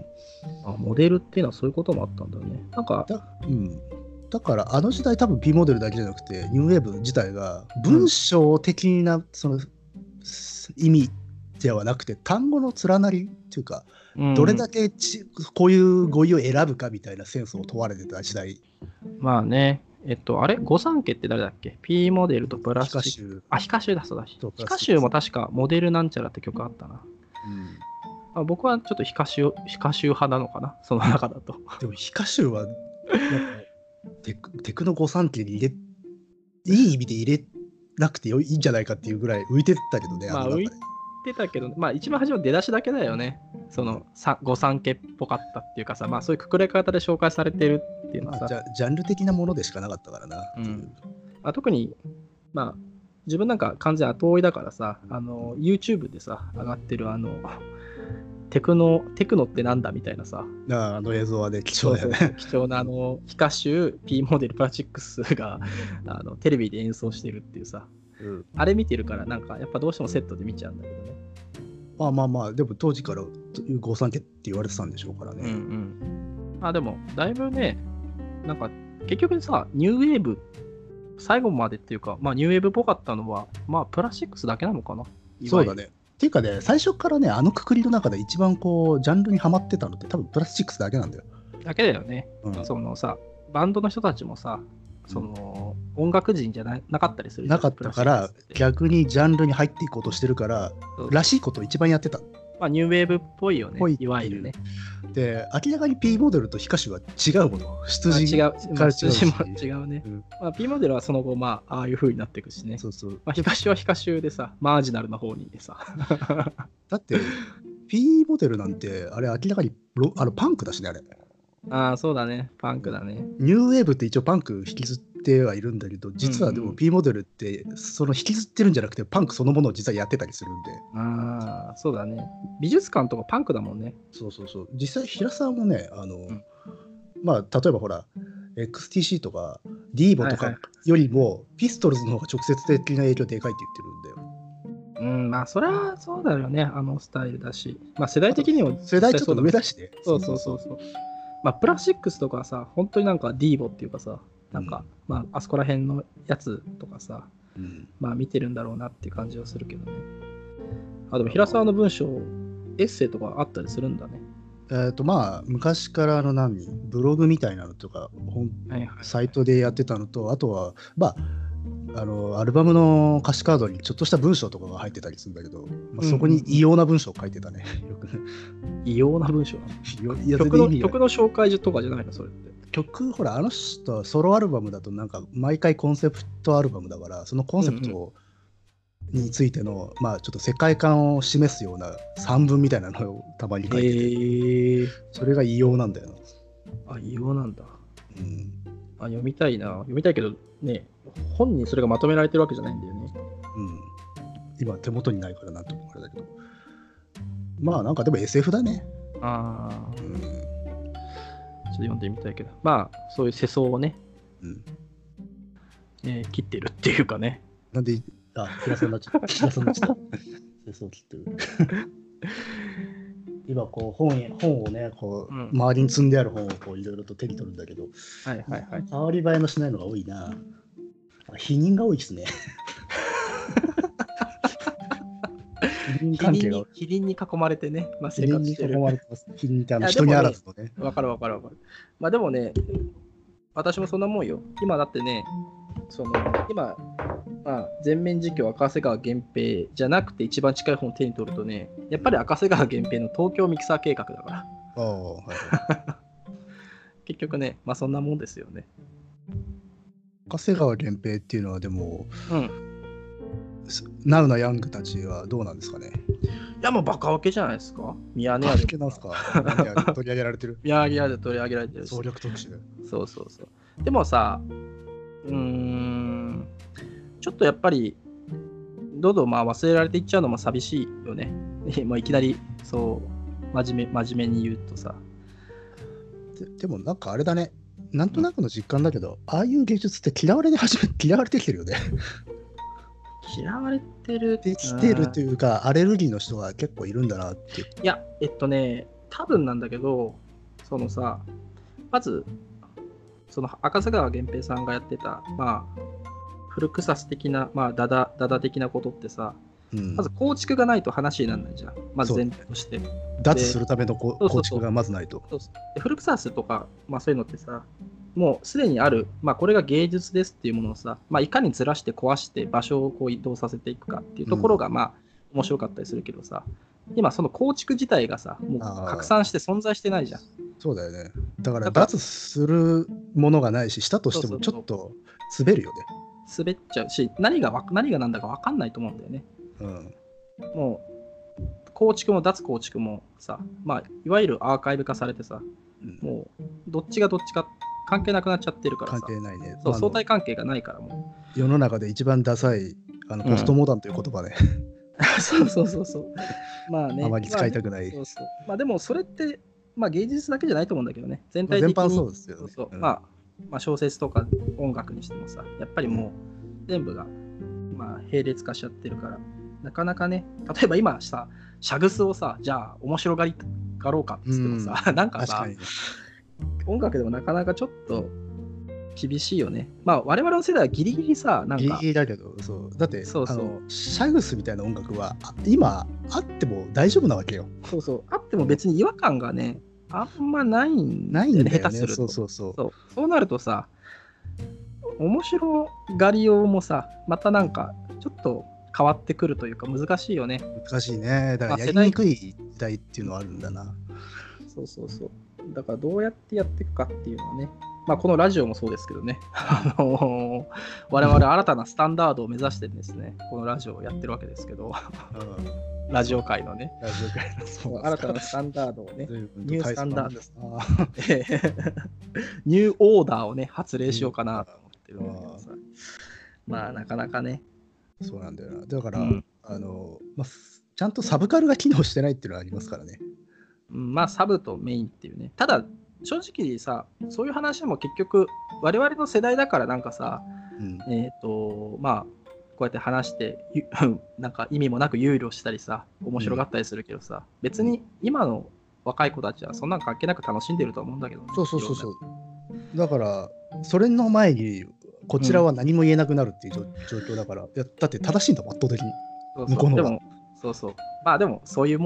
あ、モデルっていうのはそういうこともあったんだね。なんかだ、うん、だからあの時代多分 P モデルだけじゃなくてニューウェーブ自体が文章的なその意味ではなくて単語の連なりっていうか、うん、どれだけちこういう語彙を選ぶかみたいなセンスを問われてた時代。 まあね、えっとあれ御三家って誰だっけ？ P モデルとプラスチック。あ、ヒカシュだそうだし。ヒカシュも確かモデルなんちゃらって曲あったな。うん、あ、僕はちょっとヒカシュヒカシュ派なのかな、その中だと。 でもヒカシュはなんかテク、テクの御三家に入れいい意味で入れなくていいんじゃないかっていうぐらい浮いてたけどね。 まあ浮いてたけど、まあ一番初めの出だしだけだよね。その御三家っぽかったっていうかさ、まあそういうくくれ方で紹介されてるっていうのはさ、 まあ、じゃジャンル的なものでしかなかったからな。 うんまあ、特にまあ自分なんか完全後追いだからさ、あの YouTube でさ上がってるあのテクノテクノってなんだみたいなさ、 あ, あの映像はね貴重だよね。 そうそう貴重なあのヒカシュ P モデルプラスチックスがあのテレビで演奏してるっていうさ、うん、あれ見てるからなんかやっぱどうしてもセットで見ちゃうんだけどね。 まあまあまあでも当時から御三家って言われてたんでしょうからね。うんうん、 まあでもだいぶね、なんか結局さニューウェーブ最後までっていうか、まあニューウェーブっぽかったのはまあプラスチックスだけなのかな。 そうだね。っていうかね、最初からね、あのくくりの中で一番こうジャンルにはまってたのって多分プラスチックスだけなんだよ。 だけだよね。うん、そのさ、バンドの人たちもさ、その、うん、音楽人じゃ な, なかったりするじゃん。 なかったから逆にジャンルに入っていこうとしてるかららしいことを一番やってた。 まあニューウェーブっぽいよね。いわゆるね。 で明らかに P モデルとヒカシュは違うもの。出自が違う。まあ、出自も違うね。うんまあ、P モデルはその後まあああいう風になっていくしね。そうそう。まあヒカシュはヒカシュでさ、マージナルな方にさ。 だって P モデルなんてあれ明らかにロあのパンクだしねあれ。 ああそうだね、パンクだね。 ニューウェーブって一応パンク引きずってはいるんだけど、実はでも P モデルってその引きずってるんじゃなくてパンクそのものを実はやってたりするんで。 ああそうだね。美術館とかパンクだもんね。 そうそうそう。実際平沢もね、あの、うん、まあ例えばほら エックスティーシー とか ディーボ とかよりもピストルズの方が直接的な影響でかいって言ってるんだよ。 うん、まあそれはそうだよね、あのスタイルだし、まあ世代的にも世代ちょっと上だしね。 そうそうそうそう。まあプラスチックスとかさ、本当になんかディーボっていうかさ、なんか、うん、まああそこら辺のやつとかさ、うん、まあ見てるんだろうなっていう感じはするけどね。あ、でも平沢の文章、エッセイとかあったりするんだね。 えーとまあ昔からの何ブログみたいなのとか本、はいはい、サイトでやってたのと、あとはまああのアルバムの歌詞カードにちょっとした文章とかが入ってたりするんだけど、まあ、そこに異様な文章を書いてたね、うんうん、よく異様な文章曲の曲の紹介とかじゃないのそれって。 曲ほらあの人ソロアルバムだとなんか毎回コンセプトアルバムだから、そのコンセプトを、うんうんについての、まあ、ちょっと世界観を示すような散文みたいなのをたまに書いてて、えー、それが異様なんだよな。あ、異様なんだ。 うん、 あ、読みたいな。読みたいけどね、本にそれがまとめられてるわけじゃないんだよね。 うん。今手元にないからなんともあれだけど。まあなんかでも エスエフ だね。 ああ、うん。ちょっと読んでみたいけど、まあそういう世相をね、うんえー、切ってるっていうかね。 なんであ、平さんになっちゃった。平さんになっちゃった。世相を切ってる。今こう 本, 本をねこう、うん、周りに積んである本をこういろいろと手に取るんだけど、 はいはいはい、 触り映えのしないのが多いな。否認が多いですね。 否認関係がキリンに囲まれてね、まあ、生活してる。 キリンに囲まれてます。キリンってあの人にあらずのね。 わ、ね、かるわかるわかる。まあでもね、私もそんなもんよ。今だってね、その今、まあ、全面実況赤瀬川源平じゃなくて一番近い本を手に取るとね、やっぱり赤瀬川源平の東京ミキサー計画だから。 あ、はい、 結局ね、まあそんなもんですよね。 赤瀬川源平っていうのはでも、 うん、 ナウなヤングたちはどうなんですかね。 いやもうバカ分けじゃないですか。ミヤネ屋で取り上げられてる。 ミヤネ屋で取り上げられてるし。 総力特集。 そうそうそう。でもさ、うーん、ちょっとやっぱりどんどんまあ忘れられていっちゃうのも寂しいよね。もういきなりそう真面目真面目に言うとさ。 で, でもなんかあれだね。なんとなくの実感だけど、うん、ああいう芸術って嫌われて始め嫌われてきてるよね。 嫌われてるできてるというか、アレルギーの人が結構いるんだなっていう。 いや、えっとね、多分なんだけど、そのさ、まず、その赤瀬川源平さんがやってた、まあ、古臭さ的な、まあ、ダダ、ダダ的なことってさ、うん、まず構築がないと話にならないじゃん。まず前提として。 脱するための構築がまずないと。 そうそうで古臭さとか、まあ、そういうのってさ、もうすでにある、まあ、これが芸術ですっていうものをさ、まあ、いかにずらして壊して場所をこう移動させていくかっていうところが、まあ、うん、面白かったりするけどさ、今その構築自体がさ、もう拡散して存在してないじゃん。 そうだよね。だから脱するものがないし、したとしてもちょっと滑るよね。 滑っちゃうし、何が何が何だか分かんないと思うんだよね。 うん、 もう構築も脱構築もさ、まあ、いわゆるアーカイブ化されてさ、うん、もうどっちがどっちか関係なくなっちゃってるからさ。 関係ないね。 そう、相対関係がないからもう。世の中で一番ダサいあのポストモダンという言葉で、 うん、そうそうそうそう。まあね。 あまり使いたくない。 まあ、そうそう。まあでもそれって、まあ芸術だけじゃないと思うんだけどね。全体的に。 全般そうですよね。 そうそう。うん、まあ、まあ小説とか音楽にしてもさ、やっぱりもう全部が、まあ、並列化しちゃってるから、なかなかね、例えば今さ、シャグスをさ、じゃあ面白がりがろうかって言ってもさ、うん、なんかさ、ね、音楽でもなかなかちょっと厳しいよね。まあ我々の世代はギリギリさ、なんか。 ギリギリだけど、そう。だって、 そうそうあのシャグスみたいな音楽は、今あっても大丈夫なわけよ。 そうそう。あっても別に違和感がね、あんまないんだよね、 ないんだよね、 下手すると。 そうそうそう。 そう。そうなるとさ、面白がりようもさ、またなんかちょっと変わってくるというか難しいよね。 難しいね。だからやりにくい時代っていうのはあるんだな。 そうそうそう。だからどうやってやっていくかっていうのはね。まあこのラジオもそうですけどね。あの我々新たなスタンダードを目指してですね、このラジオをやってるわけですけど、うん、ラジオ界のね。 ラジオ界のそう新たなスタンダードをね、ニュースタンダード、ニューオーダーをね、発令しようかなと思ってるんだけどさ。まあなかなかね。 そうなんだよな。だから、うん、あの、まあ、ちゃんとサブカルが機能してないっていうのはありますからね。 うん、まあサブとメインっていうね。ただ正直さ、そういう話も結局我々の世代だからなんかさ、うん、えっ、ー、とまあこうやって話してなんか意味もなく有料したりさ、面白がったりするけどさ、うん、別に今の若い子たちはそんなん関係なく楽しんでると思うんだけどね。 そうそうそうそう。だからそれの前にこちらは何も言えなくなるっていう、うん、状況だから、いやだって正しいんだもん圧倒的に。 そうそう向こうの方が。でもそうそう。まあでもそういうもん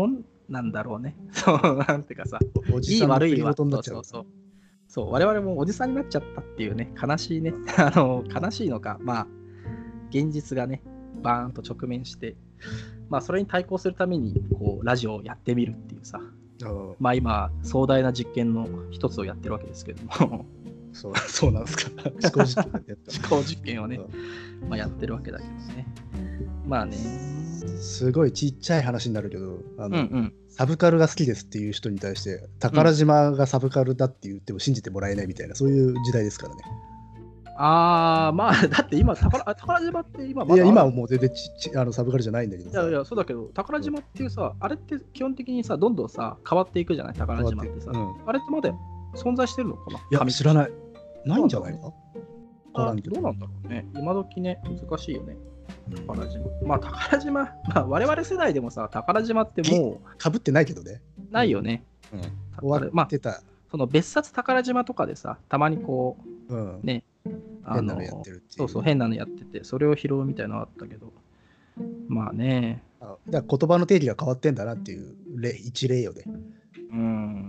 なんだろうね。そう、なんていうかさ、 おじさんのいい悪いは、 事になっちゃう。 そうそうそう。そう、我々もおじさんになっちゃったっていうね、悲しいね、あの、悲しいのか、まあ、現実がね、バーンと直面して、まあ、それに対抗するために、こう、ラジオをやってみるっていうさ、まあ今、壮大な実験の一つをやってるわけですけども。 そう、そうなんですか。思考実験やった。 思考実験をね、まあ、やってるわけだけどね。まあね。 すごいちっちゃい話になるけど、あの、 うんうん、 サブカルが好きですっていう人に対して、宝島がサブカルだって言っても信じてもらえないみたいな、そういう時代ですからね。 ああ、まあ、だって今、宝, 宝島って今まだある。 いや、今はもう全然ちちあのサブカルじゃないんだけどさ。 いやいや、そうだけど、宝島っていうさ、うん、あれって基本的にさ、どんどんさ、変わっていくじゃない、宝島ってさ。うん、あれってまだ存在してるのかな。 いや、知らない。ないんじゃないか。 どうなんだろうね。今時ね、難しいよね。宝島。まあ、宝島、まあ、我々世代でもさ、宝島ってもう。 かぶってないけどね。 ないよね。 うん。終わってた。まあ、 その別冊宝島とかでさ、たまにこう、うん、ね、 変なのやってるっていう。 そうそう、変なのやってて、それを拾うみたいなのあったけど、まあね。 あ、だから言葉の定義が変わってんだなっていう例、一例よね。 うん、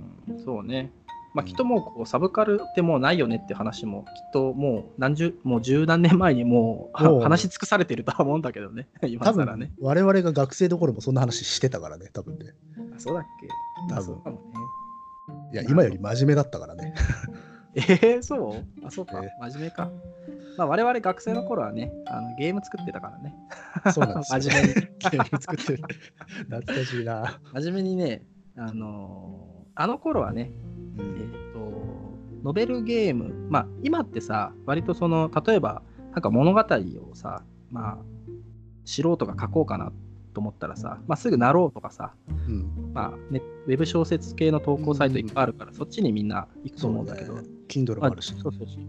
そうね。まあ、きっともうこうサブカルってもうないよねって話もきっともう何十もう十何年前にもう話し尽くされてるとは思うんだけどね。今更ね。 我々が学生の頃もそんな話してたからね、多分ね。 あ、そうだっけ。 多分。ね、いや、今より真面目だったからね。 えー、そうあ、そうか、えー、真面目か。まあ、我々学生の頃はね、あのゲーム作ってたからね。 そうなんですよ、ね。 真面目にゲーム作ってる。懐かしいな。 真面目にね、あのー、あの頃はね、うん、えーと、ノベルゲーム、まあ、今ってさ、割とその、例えば、なんか物語をさ、まあ、素人が書こうかなと思ったらさ、まあ、すぐなろうとかさ、うん、まあね、ウェブ小説系の投稿サイトいっぱいあるから、うん、そっちにみんな行くと思うんだけど、ね、 Kindle もあるし、 そうそうそう。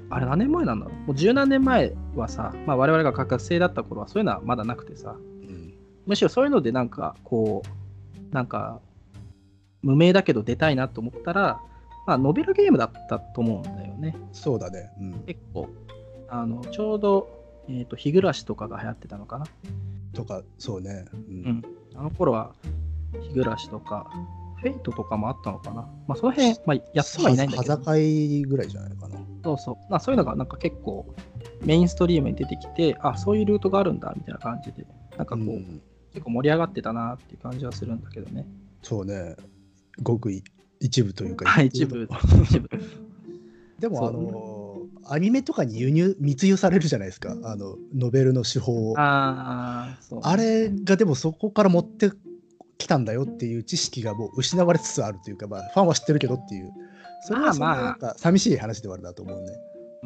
あれ何年前なんだろう。もう十何年前はさ、まあ、我々が学生だった頃はそういうのはまだなくてさ、うん、むしろそういうのでなんかこう、なんか無名だけど出たいなと思ったら、まあ、ノベルゲームだったと思うんだよね。 そうだね。うん、 結構、あのちょうど、えーと、日暮らしとかが流行ってたのかな。 とか、そうね。 うん。うん、あの頃は、日暮らしとか、フェイトとかもあったのかな。まあ、その辺、まあ、やってはいないんだけど。 はざかいぐらいじゃないかな。 そうそう。まあ、そういうのがなんか結構メインストリームに出てきて、あ、そういうルートがあるんだみたいな感じで、なんかこう、うん、結構盛り上がってたなっていう感じはするんだけどね。 そうね。ごく一部というか。 一部。一部。 でも、あのー、アニメとかに輸入、密輸されるじゃないですか。あの、ノベルの手法を。 ああ、そう、ね。 あれがでもそこから持ってきたんだよっていう知識がもう失われつつあるというか、まあ、ファンは知ってるけどっていう。それはそれなんか寂しい話ではあるなと思うね。 うん、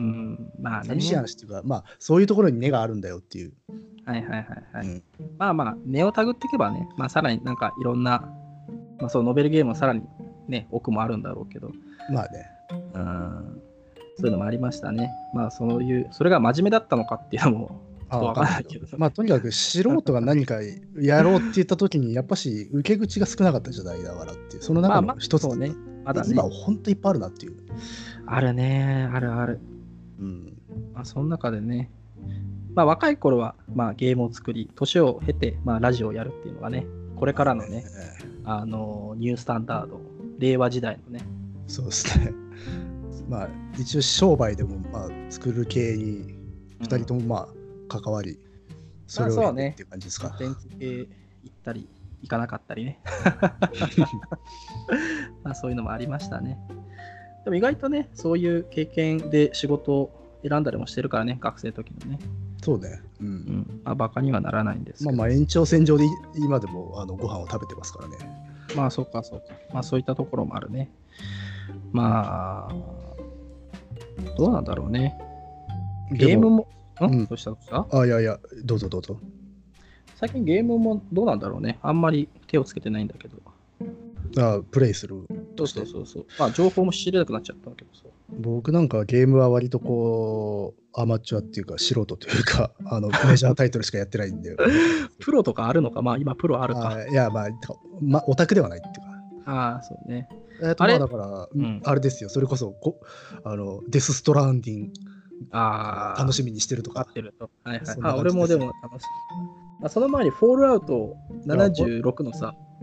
まあね。 寂しい話っていうか、まあ、そういうところに根があるんだよっていう。 はいはいはいはい。うん、まあまあ、根をたぐっていけばね、まあ、さらになんかいろんな、まあ、そうノベルゲームはさらにね、奥もあるんだろうけど。 まあね。 うん、そういうのもありましたね。まあ、そういう、それが真面目だったのかっていうのも、ちょっとわからないけど。 まあ、とにかく素人が何かやろうって言ったときに、やっぱし受け口が少なかった時代だからっていう、その中の一つ、 まあまあね。まだね。 今、ほんといっぱいあるなっていう。 あるね、あるある。うん。まあ、その中でね、まあ、若い頃は、まあ、ゲームを作り、年を経て、まあ、ラジオをやるっていうのがね、これからのね、あの、ニュースタンダード、令和時代のね。 そうですね。まあ、一応商売でも、まあ、作る系にふたりとも、まあ、関わり、それをやってっていう感じですか。 コンテンツ系行ったり、行かなかったりね。まあ、そういうのもありましたね。でも意外とね、そういう経験で仕事を選んだりもしてるからね、学生の時のね。 そうね。 うん。うん、まあ、バカにはならないんですけど。 まあ、まあ延長線上で今でもあのご飯を食べてますからね。 まあ、そうか、そうか。まあ、そういったところもあるね。まあ、どうなんだろうね。ゲームも、 うん、 どうしたどうしたあ、いやいや、どうぞどうぞ。 最近ゲームもどうなんだろうね。あんまり手をつけてないんだけど。 あ、プレイする。 そうそうそうそう。まあ、情報も知れなくなっちゃったけどさ。 僕なんかゲームは割とこう、アマチュアっていうか、素人というか、あのメジャータイトルしかやってないんで。 プロとかあるのかまあ、今プロあるか。 あいや、まあ、まあ、オタクではないっていうか。 ああ、そうね。 えー、とまあだから、うん、あれですよ、それこそこあのデス・ストランディングあ楽しみにしてるとか。 ってるとはいはい、あ俺もでも楽しみ。あその前にフォールアウトななじゅうろくのさ、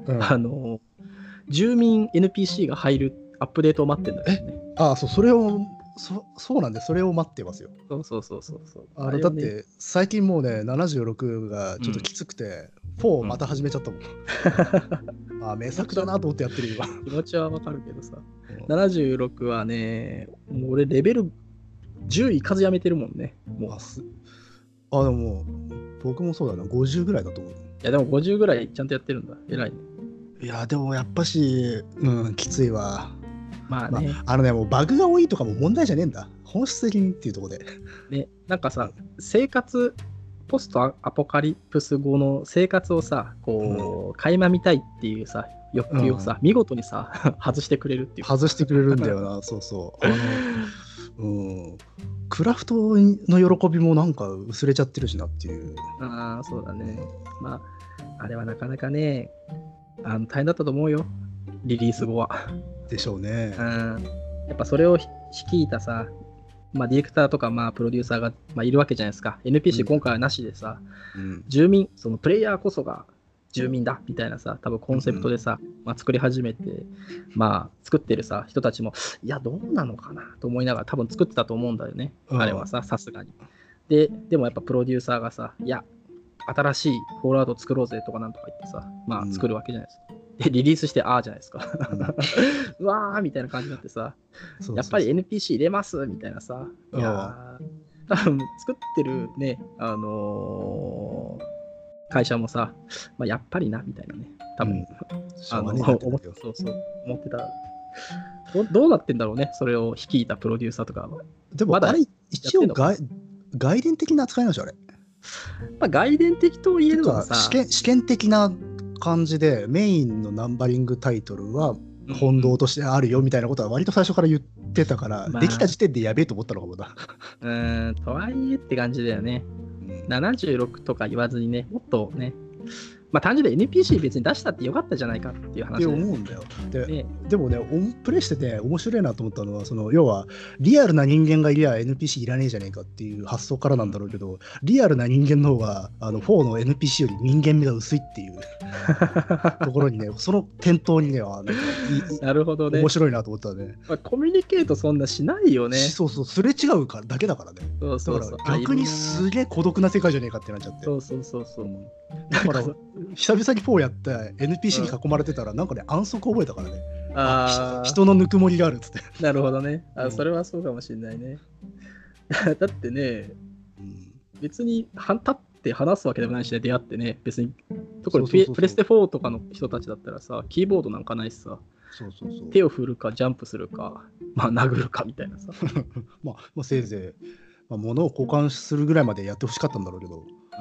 うん、 あの、住民 エヌピーシー が入るアップデートを待ってるんだよね。 ああ、そう、それを、そそうなんで、それを待ってますよ。 そうそうそうそうそう。 あの、 れをね、 だって、最近もうね、ななじゅうろくがちょっときつくて、フォーまた始めちゃったもん。ああ、名作だなと思ってやってる今。 気持ちはわかるけどさ、ななじゅうろくはね、もう俺レベルじゅういかずやめてるもんね。もうあ、すあでももう、僕もそうだな、ごじゅうぐらいだと思う。いやでもごじゅうぐらいちゃんとやってるんだ。偉いね。 いや、でもやっぱし、うん、きついわ。 まあね、 まあ、あのね、もうバグが多いとかも問題じゃねえんだ。本質的にっていうところで。 ね、なんかさ、生活、ポストアポカリプス後の生活をさ、こう、垣間見たいっていうさ、欲求をさ、見事にさ、外してくれるっていう。 外してくれるんだよな、そうそう。あの、うん。クラフトの喜びもなんか薄れちゃってるしなっていう。 ああ、そうだね。まあ、あれはなかなかね、あの大変だったと思うよ、リリース後は。 でしょうね。 うん。やっぱそれを率いたさ、まあ、ディレクターとか、まあ、プロデューサーが、まあ、いるわけじゃないですか。エヌピーシー 今回はなしでさ、 うん、 住民、そのプレイヤーこそが住民だみたいなさ、多分コンセプトでさ、まあ、作り始めて、まあ、作ってるさ、人たちも、いや、どうなのかなと思いながら多分作ってたと思うんだよね。 うん、 あれはさ、さすがに。で、でもやっぱプロデューサーがさ、いや、新しいフォールアウト作ろうぜとかなんとか言ってさ、まあ、作るわけじゃないですか。で、リリースして、ああじゃないですか。うわーみたいな感じになってさ、そうそうそう、やっぱり エヌピーシー 入れますみたいなさ、いや多分作ってるね、あのー、会社もさ、まあ、やっぱりなみたいなね、多分、うん、あの思ってそうそう思ってたど。どうなってんだろうね、それを率いたプロデューサーとかは。 でも、まだあれ、一応外、外伝的な扱いなんでしょ、あれ。 まあ、外伝的と言えるのはさ、 試験、試験的な感じで、メインのナンバリングタイトルは本堂としてあるよみたいなことは割と最初から言ってたから、まあ、できた時点でやべえと思ったのかもな。 うーん、とはいえって感じだよね。うん、ななじゅうろくとか言わずにね、もっとね、まあ単純で エヌピーシー 別に出したってよかったじゃないかっていう話で、 ね。って思うんだよ。で、ね、でもね、プレイしてて面白いなと思ったのは、その要はリアルな人間がいりゃ エヌピーシー いらねえじゃねえかっていう発想からなんだろうけど、リアルな人間の方があのフォーの エヌピーシー より人間味が薄いっていうところにね、その点灯にね、あなんかいなるほどね。 面白いなと思ったね。 まあ、コミュニケートそんなしないよね。 そうそう、すれ違うからだけだからね。 そうそうそう。 だから逆にすげえ孤独な世界じゃねえかってなっちゃって。 そうそうそうそう。 だから久々にフォーやって エヌピーシー に囲まれてたら、なんかね、安息覚えたからね。ああ、人のぬくもりがあるっつって。 なるほどね。あ、それはそうかもしれないね。だってね、うん、別に立って話すわけでもないしね、出会ってね、別に。特にプレステフォーとかの人たちだったらさ、キーボードなんかないしさ、 そうそうそう、 手を振るかジャンプするか、まあ殴るかみたいなさ。 まあ、まあ、せいぜい、まあ、物を交換するぐらいまでやってほしかったんだろうけど。 うん。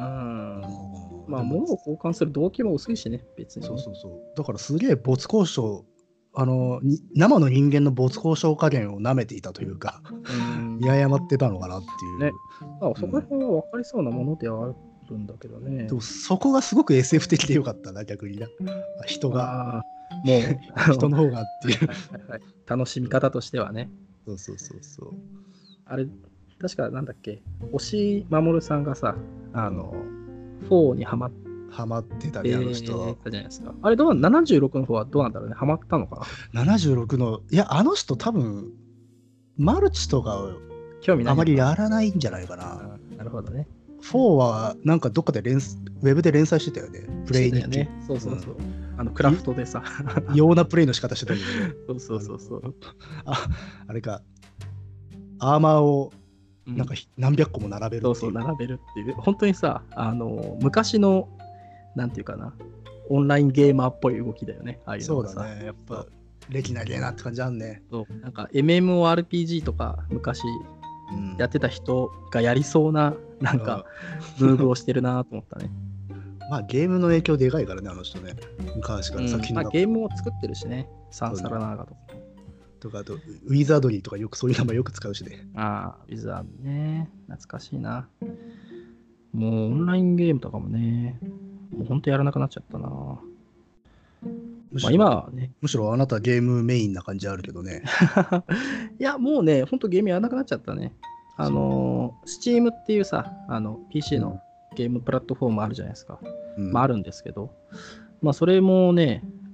まあ、物を交換する動機も薄いしね、別に、ね。 そうそうそう。だからすげえ没交渉、あの、生の人間の没交渉加減を舐めていたというか、見誤ってたのかなっていう。 ね。まあ、そこら辺は分かりそうなものではあるんだけどね。 でもそこがすごく エスエフ 的でよかったな、逆にな。人が。もう、人の方がっていうはいはい。楽しみ方としてはね。 そうそうそうそう。 あれ、確かなんだっけ、押井守さんがさ、あの、フォーにハマって、 ハマってたね、あの人。 じゃないですか。あれどう、ななじゅうろくの方はどうなんだろうね、ハマったのかな。ななじゅうろくの、いや、あの人多分、マルチとかを興味ないあまりやらないんじゃないかな。 なるほどね。 フォーはなんかどっかで連ウェブで連載してたよね。プレイ日記。 ね、そうそうそう。うん、あのクラフトでさ。 異様なプレイの仕方してたけどね。そうそうそうそう。 あ、あれか。アーマーをなんか何百個も並べるっていう、 うん、そうそう、並べるっていう。本当にさ、あの、昔の、なんていうかな、オンラインゲーマーっぽい動きだよね。ああいうのがさ。 そうだね。やっぱ、歴なげなって感じあんね。 そう。なんか エムエムオーアールピージー とか昔やってた人がやりそうな、なんか、ムーブをしてるなと思ったね。 まあ、ゲームの影響でかいからね、あの人ね。昔から作品の、うんまあ、ゲームを作ってるしね。サンサラナーガとか。 とか、あと、ウィザードリーとかよくそういう名前よく使うしね。 ああ、ウィザードね。懐かしいな。もうオンラインゲームとかもね、もうほんとやらなくなっちゃったな。まあ、今はね。 むしろあなたゲームメインな感じあるけどね。 いや、もうね、ほんとゲームやらなくなっちゃったね。あの、Steam っていうさ、あの ピーシー のゲームプラットフォームあるじゃないですか。うん、まああるんですけど、まあそれもね、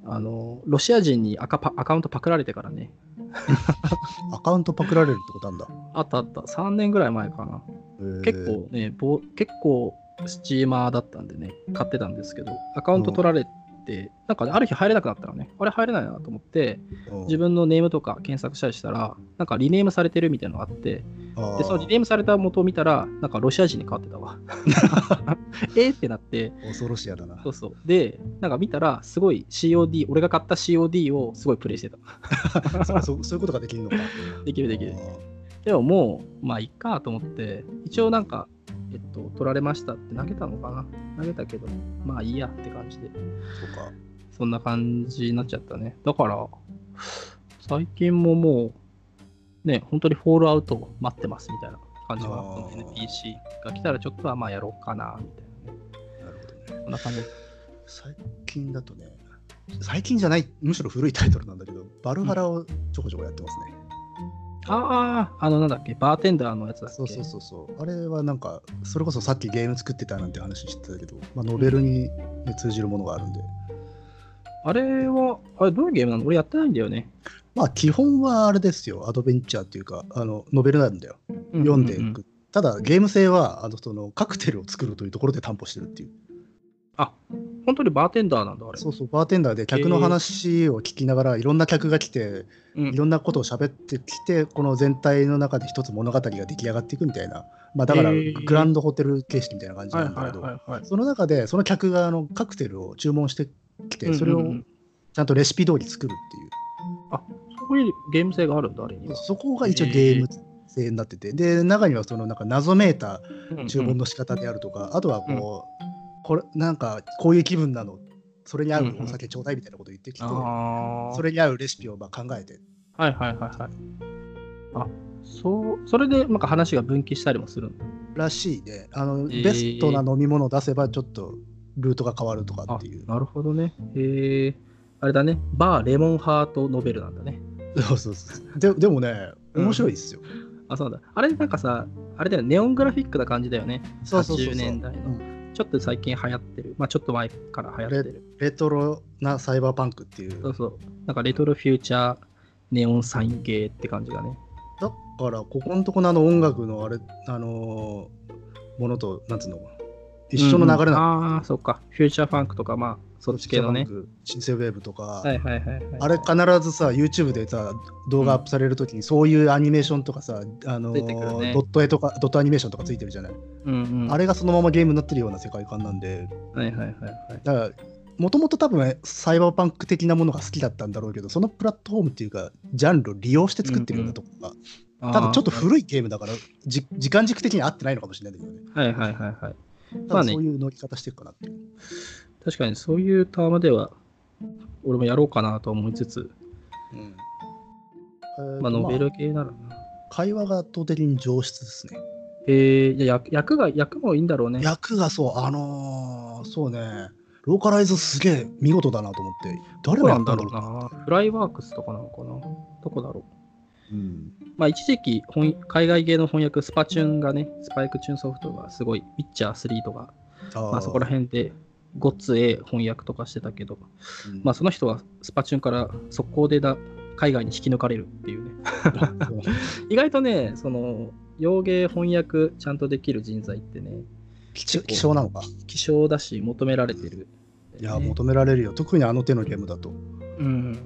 あの、ロシア人にアカパアカウントパクられてからね。 アカウントパクられるってことあんだ。 あったあった。さんねんぐらい前かな。結構ね、ぼ結構スチーマーだったんでね、買ってたんですけど、アカウント取られて、うん、なんか、ね、ある日入れなくなったらね、あれ入れないなと思って、うん、自分のネームとか検索したりしたら、なんかリネームされてるみたいなのがあって、で、そのリネームされた元を見たら、なんかロシア人に変わってたわ。えーってなって。 恐ろしやだな。 そうそう。で、なんか見たら、すごい シーオーディー、俺が買った シーオーディー をすごいプレイしてた。 そう, そうそういうことができるのか。 できるできる。でももう、まあいっかと思って、一応なんか、えっと、取られましたって投げたのかな。投げたけど、まあいいやって感じで。 そうか。 そんな感じになっちゃったね。だから、最近ももう、ね、本当にフォールアウトを待ってますみたいな感じは、この エヌピーシー が来たらちょっとはまあやろうかな、みたいなね。 なるほどね。 こんな感じ。 最近だとね、最近じゃない、むしろ古いタイトルなんだけど、バルハラをちょこちょこやってますね。 うん、ああ、あのなんだっけ、バーテンダーのやつだっけ。 そうそうそうそう。あれはなんか、それこそさっきゲーム作ってたなんて話してたけど、まあ、ノベルに、ね、通じるものがあるんで。 あれは、あれどういうゲームなの？俺やってないんだよね。 まあ基本はあれですよ、アドベンチャーっていうか、あのノベルなんだよ。読んでいく。うんうんうん、ただゲーム性はあのそのカクテルを作るというところで担保してるっていう。 あ、本当にバーテンダーなんだあれ。 そうそう、バーテンダーで客の話を聞きながら、いろんな客が来て、いろんなことを喋ってきて、この全体の中で一つ物語が出来上がっていくみたいな。まあだからグランドホテル形式みたいな感じなんだけど、その中でその客があのカクテルを注文してきて、それをちゃんとレシピ通り作るっていう。 あ、そういうゲーム性があるんだ、あれには。 そこが一応ゲーム性になってて、で、中にはそのなんか謎めいた注文の仕方であるとか、うんうん、あとはこう、うん、これなんかこういう気分なの、それに合うお酒ちょうだいみたいなことを言ってきて、うんうん、それに合うレシピをまあ考えて。 はいはいはいはい。あ、そう、それでなんか話が分岐したりもするんだ。 らしいね。あの、えー、ベストな飲み物を出せばちょっとルートが変わるとかっていう。 なるほどね。へえ。あれだね、バーレモンハートノベルなんだね。 そうそうそう。で, でもね、面白いですよ、うん。 あ、そうだ。あれなんかさ、あれだよ、ネオングラフィックな感じだよね。 そうそうそうそう。 はちじゅうねんだいの、うん。ちょっと最近流行ってる。まあちょっと前から流行ってる。 レ, レトロなサイバーパンクっていう。 そうそう。なんかレトロフューチャーネオンサインゲーって感じがね。 だから、ここのとこのあの音楽のあれ、あのー、ものと、なんつうの一緒の流れなの、 うんうん、ああ、そっか。フューチャーファンクとか、まあ、そっち系のね。 シンセウェーブとか、 はいはいはいはい、 あれ必ずさ、YouTube でさ、動画アップされるときに、そういうアニメーションとかさ、あのーね、ドット絵とか、ドットアニメーションとかついてるじゃない。 うんうん、 あれがそのままゲームになってるような世界観なんで、 はいはいはいはい。 だから、もともと多分サイバーパンク的なものが好きだったんだろうけど、そのプラットフォームっていうか、ジャンルを利用して作ってるようなところが、うんうん、ただちょっと古いゲームだから、じ時間軸的に合ってないのかもしれないんだけどね。 はいはいはいはい。 ただそういう乗り方してるかなっていう、まあね。確かにそういうタームでは、俺もやろうかなと思いつつ、うんえー、まあノベル系ならな、まあ。 会話が圧倒的に上質ですね。 えー、じゃ役が、役もいいんだろうね。 役がそう、あのー、そうね、ローカライズすげえ見事だなと思って、誰がやったんだろうな。フライワークスとかなのかな。どこだろう。うん、 まあ一時期海外芸の翻訳スパチュンがね、スパイクチューンソフトがすごい、ウィッチャースリーとか、あまあそこら辺でゴッツ A 翻訳とかしてたけど、うん、まあその人はスパチュンから速攻でだ海外に引き抜かれるっていうね。意外とね、その洋芸翻訳ちゃんとできる人材ってね、 希少なのか。 希少だし求められてる、 ね。いや求められるよ。特にあの手のゲームだと。 うん。うん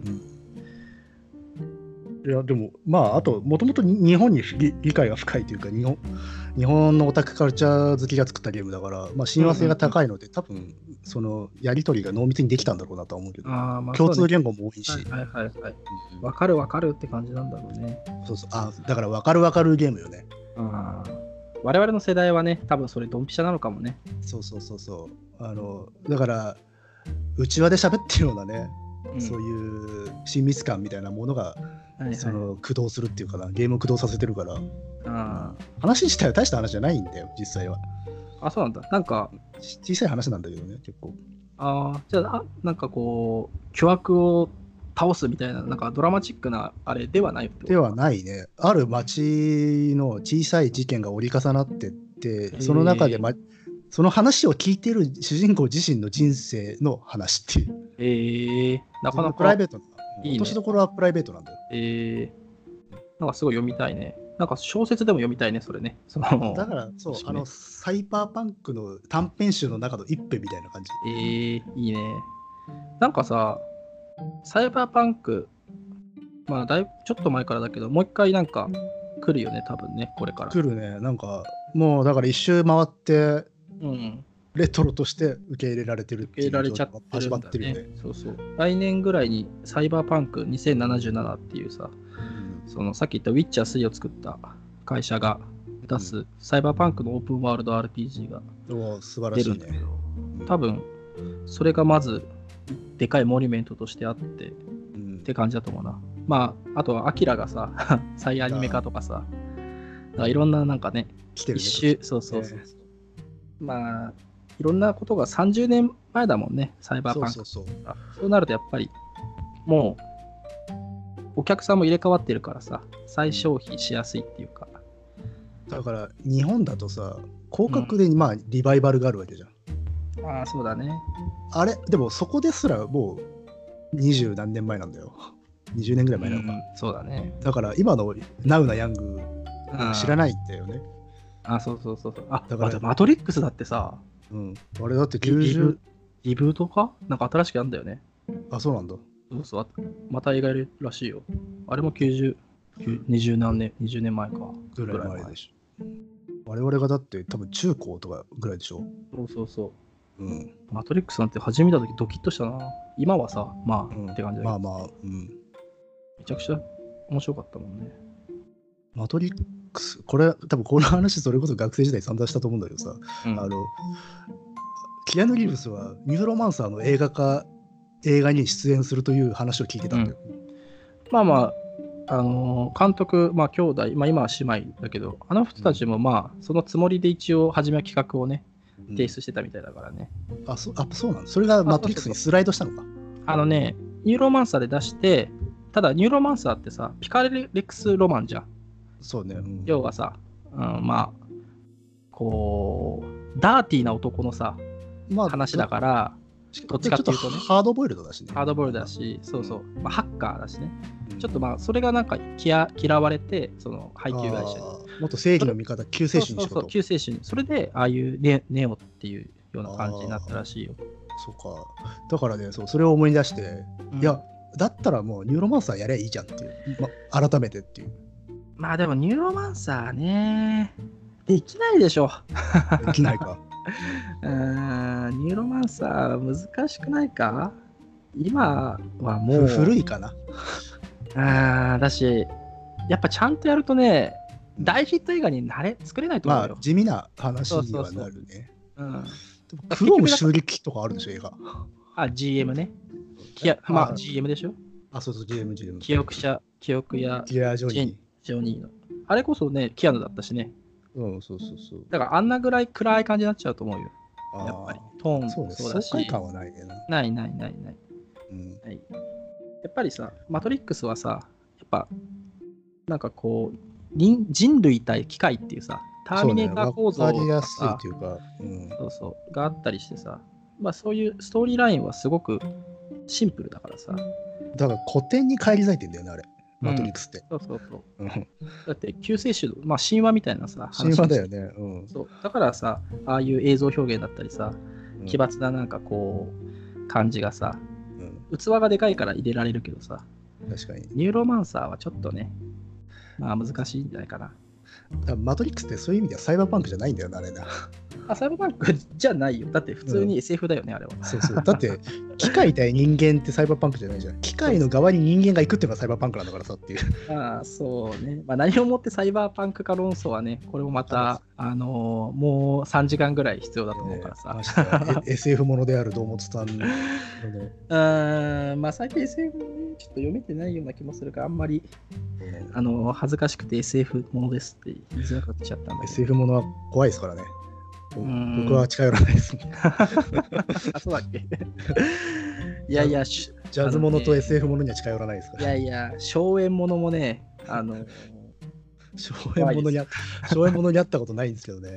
いやでもまああともともと日本に理解が深いというか日本日本のオタクカルチャー好きが作ったゲームだから、まあ、親和性が高いので、うんうんうん、多分そのやり取りが濃密にできたんだろうなとは思うけど、あ、まあ、共通言語も多いし、 はいはいはいはい、うん、分かる分かるって感じなんだろうね。 そうそう、あだから分かる分かるゲームよね。 あ我々の世代はね多分それドンピシャなのかもね。 そうそうそうそうあのだから内輪で喋ってるようなね、うん、そういう親密感みたいなものが、はいはい、その駆動するっていうかな、ゲームを駆動させてるから、あ話自体は大した話じゃないんだよ実際は。 あ、そうなんだ。なんか小さい話なんだけどね結構。 ああ、じゃあ、あなんかこう巨悪を倒すみたいななんかドラマチックなあれではないではないね。ある町の小さい事件が折り重なってって、その中で、ま、 その話を聞いてる主人公自身の人生の話っていう。 えー、なかなかプライベートな。 いいね。 落としどころはプライベートなんだよ。 えー、なんかすごい読みたいね。なんか小説でも読みたいね、それね。そのだからそう、あのサイバーパンクの短編集の中の一編みたいな感じ。 えー、いいね。なんかさ、サイバーパンク、まあだいぶちょっと前からだけど、もう一回なんか来るよね、多分ね、これから。 来るね。なんかもうだから一周回って、 うん、 レトロとして受け入れられてるっていう受け入れられちゃってるんだ、ね、 始まってるよね。 そうそう。来年ぐらいにサイバーパンクにせんななじゅうななっていうさ、うん、そのさっき言ったウィッチャースリーを作った会社が出す、うん、サイバーパンクのオープンワールド アールピージー が出るんだけど、ね、多分それがまずでかいモニュメントとしてあって、うん、って感じだと思うな。まあ、あとはアキラがさ、再アニメ化とかさ、だからいろんななんかね、 来てるね、 一周、そうそうそう。えー、まあ、いろんなことがさんじゅうねんまえだもんね、サイバーパンク。そうそうそう。そうなるとやっぱり、もう、お客さんも入れ替わってるからさ、再消費しやすいっていうか。 だから、日本だとさ、広角で、まあ、リバイバルがあるわけじゃん。 うん、ああ、そうだね。 あれ、でもそこですらもう、二十何年前なんだよ。にじゅうねんぐらい前なのか、うん。 そうだね。 だから今のナウなヤング知らないんだよね。 あ、そうそうそうそう。あ、だからマトリックスだってさ、 うん、あれだってきゅうじゅうリブートかなんか新しくやんだよね。 あ、そうなんだ。 そうそう、また映画やるらしいよ。あれもきゅうじゅう、にじゅう何年、にじゅうねんまえか。 ぐらい前でしょ。我々がだって多分中高とかぐらいでしょ。 そうそうそう。 うん、 マトリックスなんて初め見たときドキッとしたな。今はさ、まあ、うん、って感じだけど。 まあまあ、うん。 めちゃくちゃ面白かったもんね。 マトリックス、これ、多分この話、それこそ学生時代散々したと思うんだけどさ、うん、あの、キアヌ・リーブスはニューロマンサーの映画化、映画に出演するという話を聞いてたんだよ。うん、 まあまあ、あのー、監督、まあ兄弟、まあ今は姉妹だけど、あの人たちもまあ、そのつもりで一応初めは企画をね、提出してたみたいだからね。 うん、あ、そあ、そうなんだ。それがマトリックスにスライドしたのか。 あのね、ニューロマンサーで出して、ただニューロマンサーってさ、ピカレックスロマンじゃん。 そうね。うん、 要はさ、うん、まあ、こう、ダーティーな男のさ、まあ、話だから、どっちかっていうとね。 ハードボイルドだしね。 ハードボイルドだし、そうそう。まあ、ハッカーだしね。うん、ちょっとまあ、それがなんか嫌嫌われて、その配給会社に。 もっと正義の味方、救世主にしろと。 そうそう、救世主に。それで、ああいうネネオっていうような感じになったらしいよ。 そうか。だからね、そうそれを思い出して、うん、いや、だったらもうニューロマンサーやりゃいいじゃんっていう。ま、改めてっていう。 まあでもニューロマンサーね、できないでしょ。 できないか。 うーん、ニューロマンサー難しくないか？今はもう。 古いかな。 あだし、やっぱちゃんとやるとね、大ヒット映画になれ作れないと思うよ。 まあ地味な話にはなるね。 うん。 クローム襲撃とかあるでしょ、映画。 あ、ジーエム ね。きやまあ ジーエム でしょ。 あ、そうそう、ジーエム、ジーエム。 記憶者、記憶やジョニー。 ジョニーの。あれこそね、キアヌだったしね。 うん、そうそうそう。 だからあんなぐらい暗い感じになっちゃうと思うよ。やっぱり。トーンそうそうだし。爽快感はないね。 ないないないない。うんはい、やっぱりさ、マトリックスはさ、やっぱ、なんかこう、人, 人類対機械っていうさ、ターミネーター構造が、 ね、分かりやすいっていうか、 うん、そうそう、があったりしてさ、まあそういうストーリーラインはすごくシンプルだからさ。 だから古典に返り咲いてんだよね、あれ。マトリックスって。 うん、そうそうそう。だって救世主、まあ神話みたいなさ、 神話だよね、うん。 そう。だからさ、ああいう映像表現だったりさ、うん、奇抜ななんかこう、感じがさ、うん、器がでかいから入れられるけどさ、 確かに。 ニューロマンサーはちょっとね、まあ難しいんじゃないかな。 マトリックスってそういう意味ではサイバーパンクじゃないんだよな、あれな。 あ、サイバーパンクじゃないよ。だって普通に エスエフ だよね、うん、あれは。 そうそう。だって機械対人間ってサイバーパンクじゃないじゃん。機械の側に人間が行くっていうのがサイバーパンクなんだからさっていう。 ああ、そうね。まあ何をもってサイバーパンクか論争はね、これもまた、あのー、もうさんじかんぐらい必要だと思うからさ。 えー、エスエフ ものである堂本さんの。 うん、まあ最近 エスエフ ね、ちょっと読めてないような気もするから、あんまり、うん、あのー、恥ずかしくて エスエフ ものですって言いづらくなっちゃったんだけど。 エスエフ ものは怖いですからね。僕は近寄らないですね。 あ、そうだっけいやいや、 ジャズものと エスエフ ものには近寄らないですから。 いやいや、荘園ものもね、あの、 荘園ものにあ、荘園ものにあったことないんですけどね。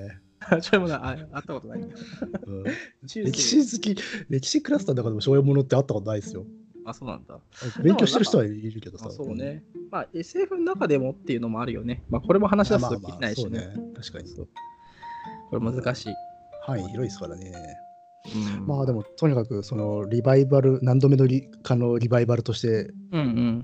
しょうもない、あ、あったことないんだよ。 うん、 中歴世。 史好き、歴史クラスターの中でもしょうものってあったことないですよ。 あ、そうなんだ。 勉強してる人はいるけどさ。 あ、そうね。まあ エスエフ の中でもっていうのもあるよね。まあこれも話し出すとまあまあ、 きりないしね。 そうね。確かに。 そうこれ難しい。 範囲広いですからね。 うん、 まあでも、とにかく、そのリバイバル、何度目のリかのリバイバルとして、 うんうん。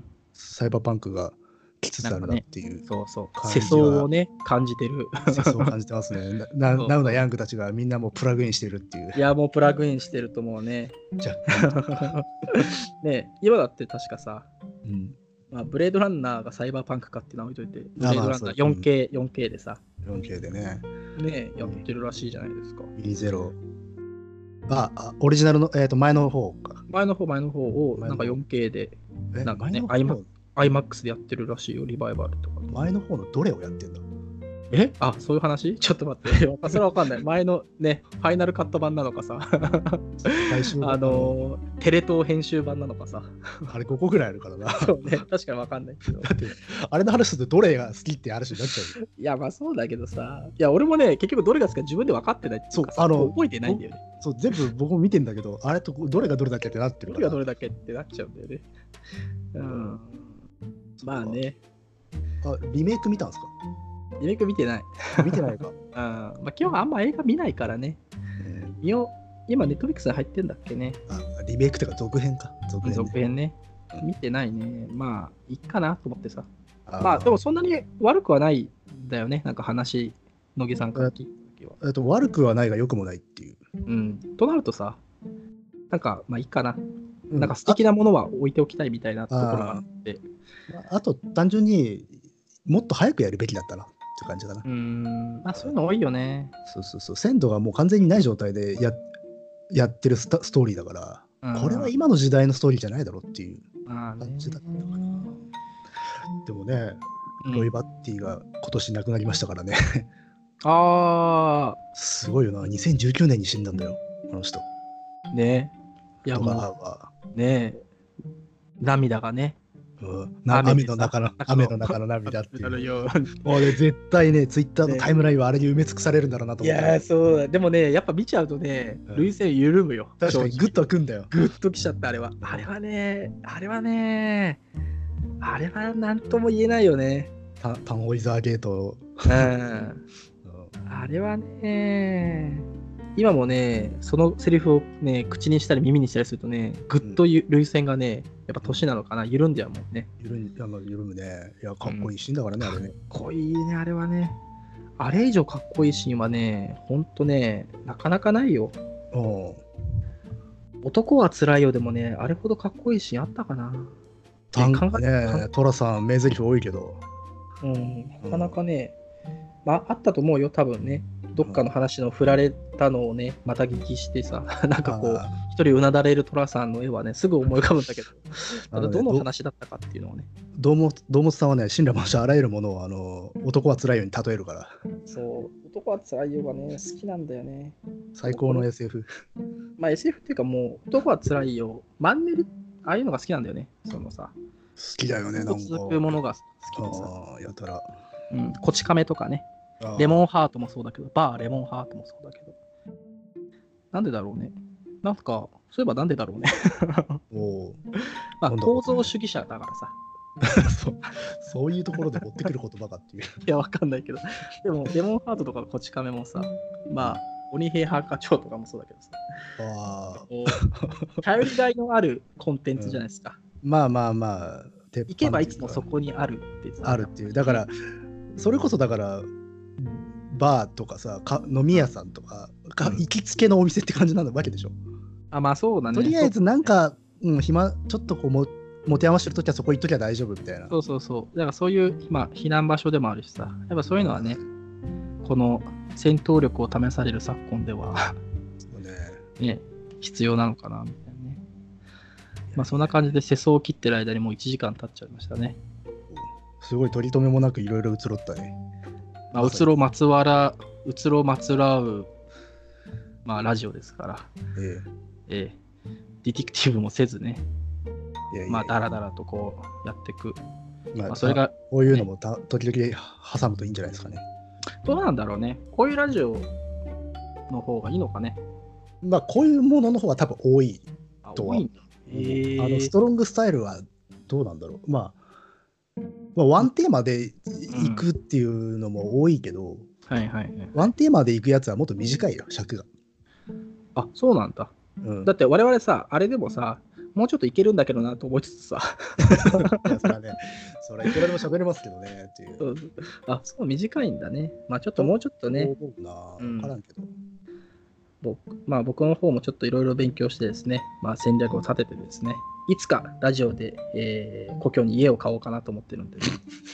サイバーパンクが来つつあるなっていう、 ね、そうそう。 感世じは相をね、感じてる。 世相を感じてますね。なそうそうナウなヤングたちがみんなもうプラグインしてるっていう。 いや、もうプラグインしてると思うね。 若干。 ね今だって確かさ、 うん、 まあ、ブレードランナーがサイバーパンクかってのは置いといて、ブあレードランナー よんケー、よんケー でさ、 よんケー でね。 ねやってるらしいじゃないですか。 にじゅう。あ、あ、オリジナルの、えーと、前の方か。 前の方、前の方をなんか よんケー で、 えなんかね、 前の方 iMAX でやってるらしいよ、リバイバルとか。 前の方のどれをやってんだ？ えあ、そういう話ちょっと待って。それはわかんない。前のね、ファイナルカット版なのかさ、 最終あのー、テレ東編集版なのかさ。 あれごこぐらいあるからな。 そうね、確かにわかんないけど。 だって、あれの話するとどれが好きって話になっちゃうよ。 いや、まあそうだけどさ、いや、俺もね、結局どれが好きか自分で分かってないっていうかさ、 そうあの覚えてないんだよね。 そう、全部僕も見てんだけど、あれとどれがどれだっけってなってるどれから。 がどれだけってなっちゃうんだよね。うん。まあね。 あ、リメイク見たんですか？ リメイク見てない。 見てないか。 うん。まあ基本あんま映画見ないからね。 えー見よ今、ネットフリックスに入ってんだっけね。 あ、リメイクっていうか続編か。続編、ね。 続編ね。見てないね。まあ、いいかなと思ってさ。 あまあ、でもそんなに悪くはないんだよね。なんか話、野木さんから聞いた時は。 えっと、悪くはないが良くもないっていう。 うん。となるとさ、なんか、まあいいかな。 うんなんか素敵なものは置いておきたいみたいなところがあって。 あ, あと、単純にもっと早くやるべきだったなって感じかな。 うーん。まあそういうの多いよね。 そうそうそう。鮮度がもう完全にない状態でややってるスタストーリーだから、 うんこれは今の時代のストーリーじゃないだろうっていうまあね感じだったかな。でもね、 うんロイ・バッティが今年亡くなりましたからね。 あすごいよな。にせんじゅうきゅうねんに死んだんだよ、この人。 あ、ねいやとかもはう、ね涙がね。 うんな雨でさ雨の中の雨の中の涙っていう。 よ俺絶対ね、ツイッターのタイムラインはあれに埋め尽くされるんだろうなと思って。 いやー、そうだ。でもね、やっぱ見ちゃうとね、 うん涙腺緩むよ。 確かにグッとはくんだよ。 グッときちゃった、あれは。あれはね、あれはね、あれはなんとも言えないよね。 タタンホイザーゲート。 うん。 うんあれはね、今もね、そのセリフをね、口にしたり耳にしたりするとね、ぐっとゆ涙腺がね、やっぱ年なのかな、緩んじゃうもんね。 緩むあの緩むね。いや、かっこいいシーンだからね、あれね。 かっこいいね、あれはね。あれ以上かっこいいシーンはね、ほんとね、なかなかないよ。 うん男は辛いよでもね、あれほどかっこいいシーンあったかな。 タン考えね、トラさん、名台詞多いけど。 うん、なかなかね、まあ、あったと思うよ、多分ね。どっかの話の振られたのをね、また聞きしてさ、なんかこうあ、 一人うなだれる寅さんの絵はね、すぐ思い浮かぶんだけど、ただあのねどの話だったかっていうのをね、 堂本堂本さんはね、神羅万象あらゆるものをあの男は辛いように例えるから。 そう、男は辛いよがね、好きなんだよね。 最高の エスエフ。 まあ エスエフ っていうかもう、男は辛いよ、マンネリ、ああいうのが好きなんだよね、そのさ、 好きだよね、なんか。 続くものが好きでさ、 ああ、やたら。 うん、こち亀とかね、 あーレモンハートもそうだけど、バーレモンハートもそうだけど、なんでだろうね。なんか、そういえばなんでだろうね。 おーまあ、 なんだろうね構造主義者だからさ。 そうそういうところで持ってくる言葉かっていう。 いや、わかんないけど。でも、レモンハートとかこち亀もさ、まあ、鬼平犯科帳とかもそうだけどさ、 ああ、 こう頼りがいのあるコンテンツじゃないですか。 まあまあまあ、鉄板行けばいつもそこにあるってやつあるっていう。だから、それこそだから、バーとかさ、か飲み屋さんとか、かうん行きつけのお店って感じなわけでしょ。 あ、まあそうだね。 とりあえずなんか、うん、暇、ちょっとこうも持て余してるときはそこ行っときゃ大丈夫みたいな。 そうそうそう。だからそういう、まあ、避難場所でもあるしさ、やっぱそういうのはね、この戦闘力を試される昨今では、 そうね。 ね、必要なのかな、みたいなね。まあそんな感じで世相を切ってる間にもういちじかん経っちゃいましたね。 すごい取り留めもなくいろいろ移ろったね。 まあ、うつろまつわら、うつろまつらう、まあラジオですから、 えええ、ディティクティブもせずね、 えいやいやいやまあだらだらとこうやっていく。 まあまあそれがこういうのもた時々挟むといいんじゃないですかね。 どうなんだろうね。こういうラジオ、 の方がいいのかね。 まあこういうものの方が多分多いとは。 多いんだ。えー、 あのストロングスタイルはどうなんだろう。まあ、まあ、ワンテーマで行くっていうのも多いけど、 うん、はいはいはい。 ワンテーマで行くやつはもっと短いよ、尺が。 あ、そうなんだ。うん、だって我々さ、あれでもさ、もうちょっといけるんだけどなと思いつつさ。 いやそれはね、それいくらでも喋れますけどねっていう。 そうあ、そう短いんだね。まあちょっともうちょっとね。 思うな、分からんけど。 僕, まあ、僕の方もちょっといろいろ勉強してですね、まあ、戦略を立ててですね、いつかラジオで、えー、故郷に家を買おうかなと思ってるんで、ね、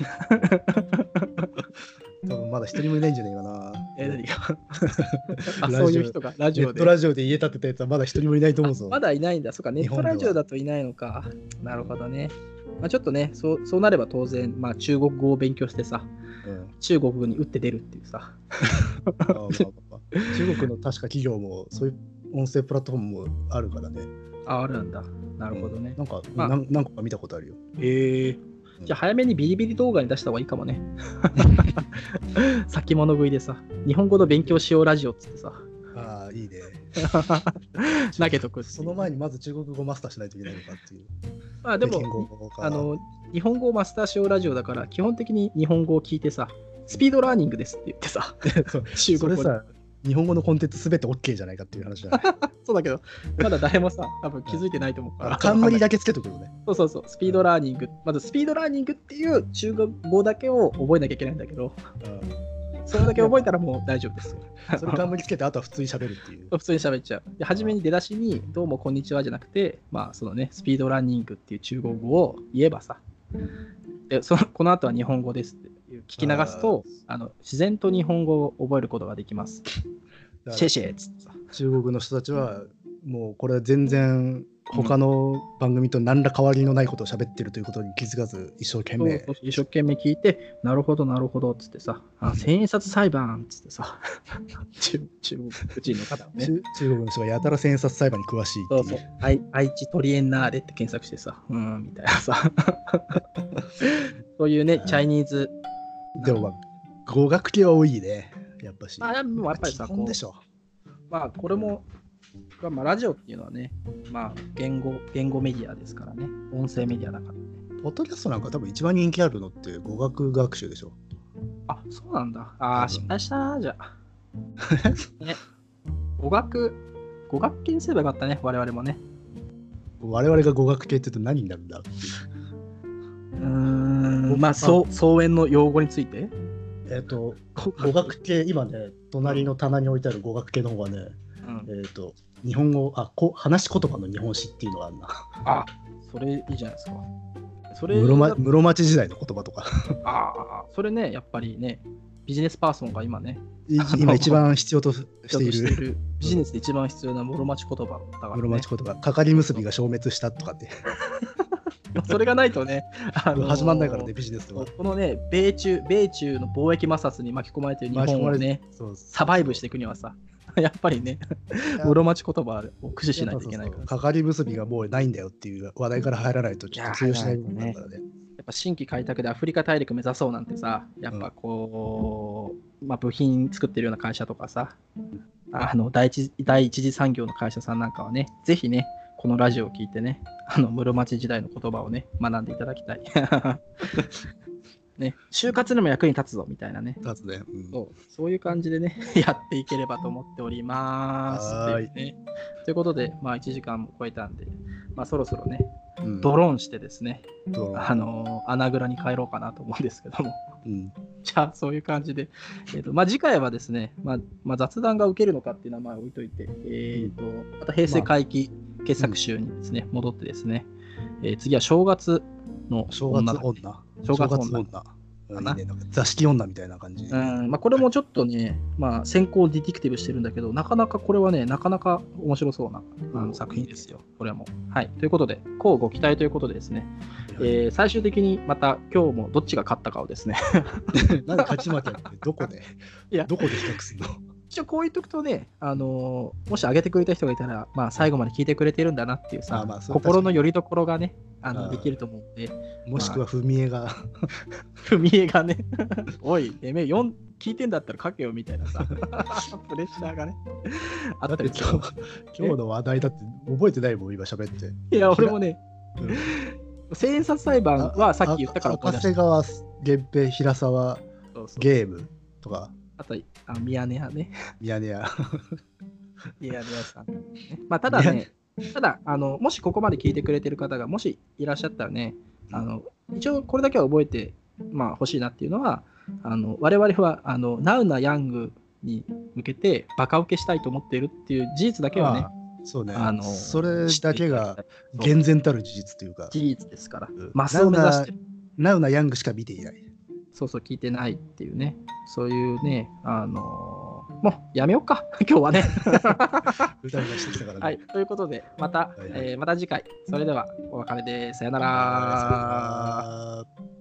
多分まだ一人もいないんじゃないかな。 えー、何があそういう人がラジオで。 ネットラジオで家建てたやつはまだ一人もいないと思うぞ。 まだいないんだ。そうか、ネットラジオだといないのか。なるほどね。まあ、ちょっとね、そう、そうなれば当然、まあ、中国語を勉強してさ、うん、中国語に打って出るっていうさ。 あまあまあまあ、中国の確か企業もそういう音声プラットフォームもあるからね。あ、 あるんだ。なるほどね。 うん、なんか、まあ、何, 何個か見たことあるよ。 へえー。じゃあ早めにビリビリ動画に出した方がいいかもね。先物食いでさ、日本語の勉強しようラジオっつってさ。 ああ、いいね。 投げとく。 その前にまず中国語マスターしないといけないのかっていう。 まあでも、あの、日本語をマスターしようラジオだから、基本的に日本語を聞いてさ、スピードラーニングですって言ってさ、 中国語で。日本語のコンテンツすべて OK じゃないかっていう話じゃない。 そうだけど、まだ誰もさ、多分気づいてないと思うから。 冠だけつけとくよね。 そうそうそう、スピードラーニング。まずスピードラーニングっていう中国語だけを覚えなきゃいけないんだけど、うん、それだけ覚えたらもう大丈夫ですよ。 それ冠つけて、あとは普通に喋るっていう。 普通に喋っちゃう。で、初めに出だしに、どうもこんにちはじゃなくて、まあ、そのね、スピードラーニングっていう中国語を言えばさ、でそのこの後は日本語ですって聞き流すと、あの自然と日本語を覚えることができます。シェシェっつってさ。 中国の人たちはもうこれは全然他の番組と何ら変わりのないことを喋ってるということに気づかず一生懸命、 そうそう一生懸命聞いて、なるほどなるほどっつってさ、あ千円札裁判っつってさ、中, 中国人の方はね中、中国の人がやたら千円札裁判に詳しいっていう。 そうそう愛愛知トリエンナーレって検索してさ、うんみたいなさ、そういうねチャイニーズ。 でもまあ語学系は多いね。やっぱし。 まあ、やっぱりさ、 こうでしょ。 まあ、これも、まあ、ラジオっていうのはね、まあ、言語、言語メディアですからね。音声メディアだからね。 ポッドキャストなんか多分一番人気あるのって語学学習でしょ。 あ、そうなんだ。ああ、失敗したじゃあ。ね、語学、語学系にすればよかったね、我々もね。 我々が語学系って言うと何になるんだっていう。 うーん、まあ、そう、草園の用語についてえっ、ー、と、語学系、今ね、隣の棚に置いてある語学系の方はね、うん、えっ、ー、と、日本語、あこ、話し言葉の日本史っていうのがあるな。 あ、それいいじゃないですか。 それ室、ま、室町時代の言葉とか。 ああ、それね、やっぱりね、ビジネスパーソンが今ね、 今一番必要としている。 いるビジネスで一番必要な室町言葉だから、ね。 室町言葉、かかり結びが消滅したとかって。 それがないとね、 あのー、始まんないからね、ビジネスは。 このね、米中、米中の貿易摩擦に巻き込まれている日本をね、サバイブしていくにはさ、やっぱりね、室町言葉を駆使しないといけないから。そうそうそう、 かかり結びがもうないんだよっていう話題から入らないとちょっと通用しないもんだからね。やっぱ新規開拓でアフリカ大陸目指そうなんてさ、やっぱこう、うん、まあ、部品作ってるような会社とかさ、あの第一、第一次産業の会社さんなんかはね、ぜひね、このラジオを聞いてね、あの室町時代の言葉をね、学んでいただきたい。ね、就活にも役に立つぞみたいなね。 立つね、うん、 そう。そういう感じでね、やっていければと思っております。 はい。 ね、ということで、まあいちじかんも超えたんで、まあそろそろね、うん、ドローンしてですね、あのー、穴蔵に帰ろうかなと思うんですけども。うん、じゃあそういう感じで、えーとまあ、次回はですね、まあまあ、雑談が受けるのかっていうのはまあ置いといて、えーとまた平成回帰傑作集にですね、戻ってですね、えー、次は正月の正月女。 正月女。 いいね、なんか座敷女みたいな感じ。 うん、まあ、これもちょっとね、まあ、先行ディティクティブしてるんだけど、なかなかこれはね、なかなか面白そうなあの作品ですよ、これも。はい。ということで、こうご期待ということでですね、えー、最終的にまた今日もどっちが勝ったかをですね。 なんで勝ち負けってどこでいやどこで比較するの一応こう言っとくとね、あのーもし上げてくれた人がいたら、まあ、最後まで聞いてくれてるんだなっていうさ、 あまあそれは確かに心の拠り所がね、あのあーできると思うんで、 もしくは踏み絵が、 踏み絵がね、おい、てめえ、よん聞いてんだったら書けよみたいなさ、プレッシャーがね、あだっりったて今日今日の話題だって覚えてないもん、今喋って。 いや、俺もね、 うん千円札裁判はさっき言ったから思い赤出した。 瀬川源平平沢そうそうゲームとか、 あと、あミヤネ屋ね。 ミヤネ屋。 ミヤネ屋さん、ね。まあ、ただね、ただあの、もしここまで聞いてくれてる方がもしいらっしゃったらね、あの一応これだけは覚えて、まあ、欲しいなっていうのは、あの我々はあのナウなヤングに向けてバカ受けしたいと思っているっていう事実だけはね、 ああそうね、 あのそれだけがそう厳然たる事実というか、 事実ですからうん、 マスを目指してる。 ナウなヤングしか見ていない。 そうそう、聞いてないっていうね、そういうね、あのーもうやめようか、今日はね。 歌い出してきたからね。 はい、ということで、また、 はいはいえーまた次回、それではお別れです。さよなはいら。 さよなら。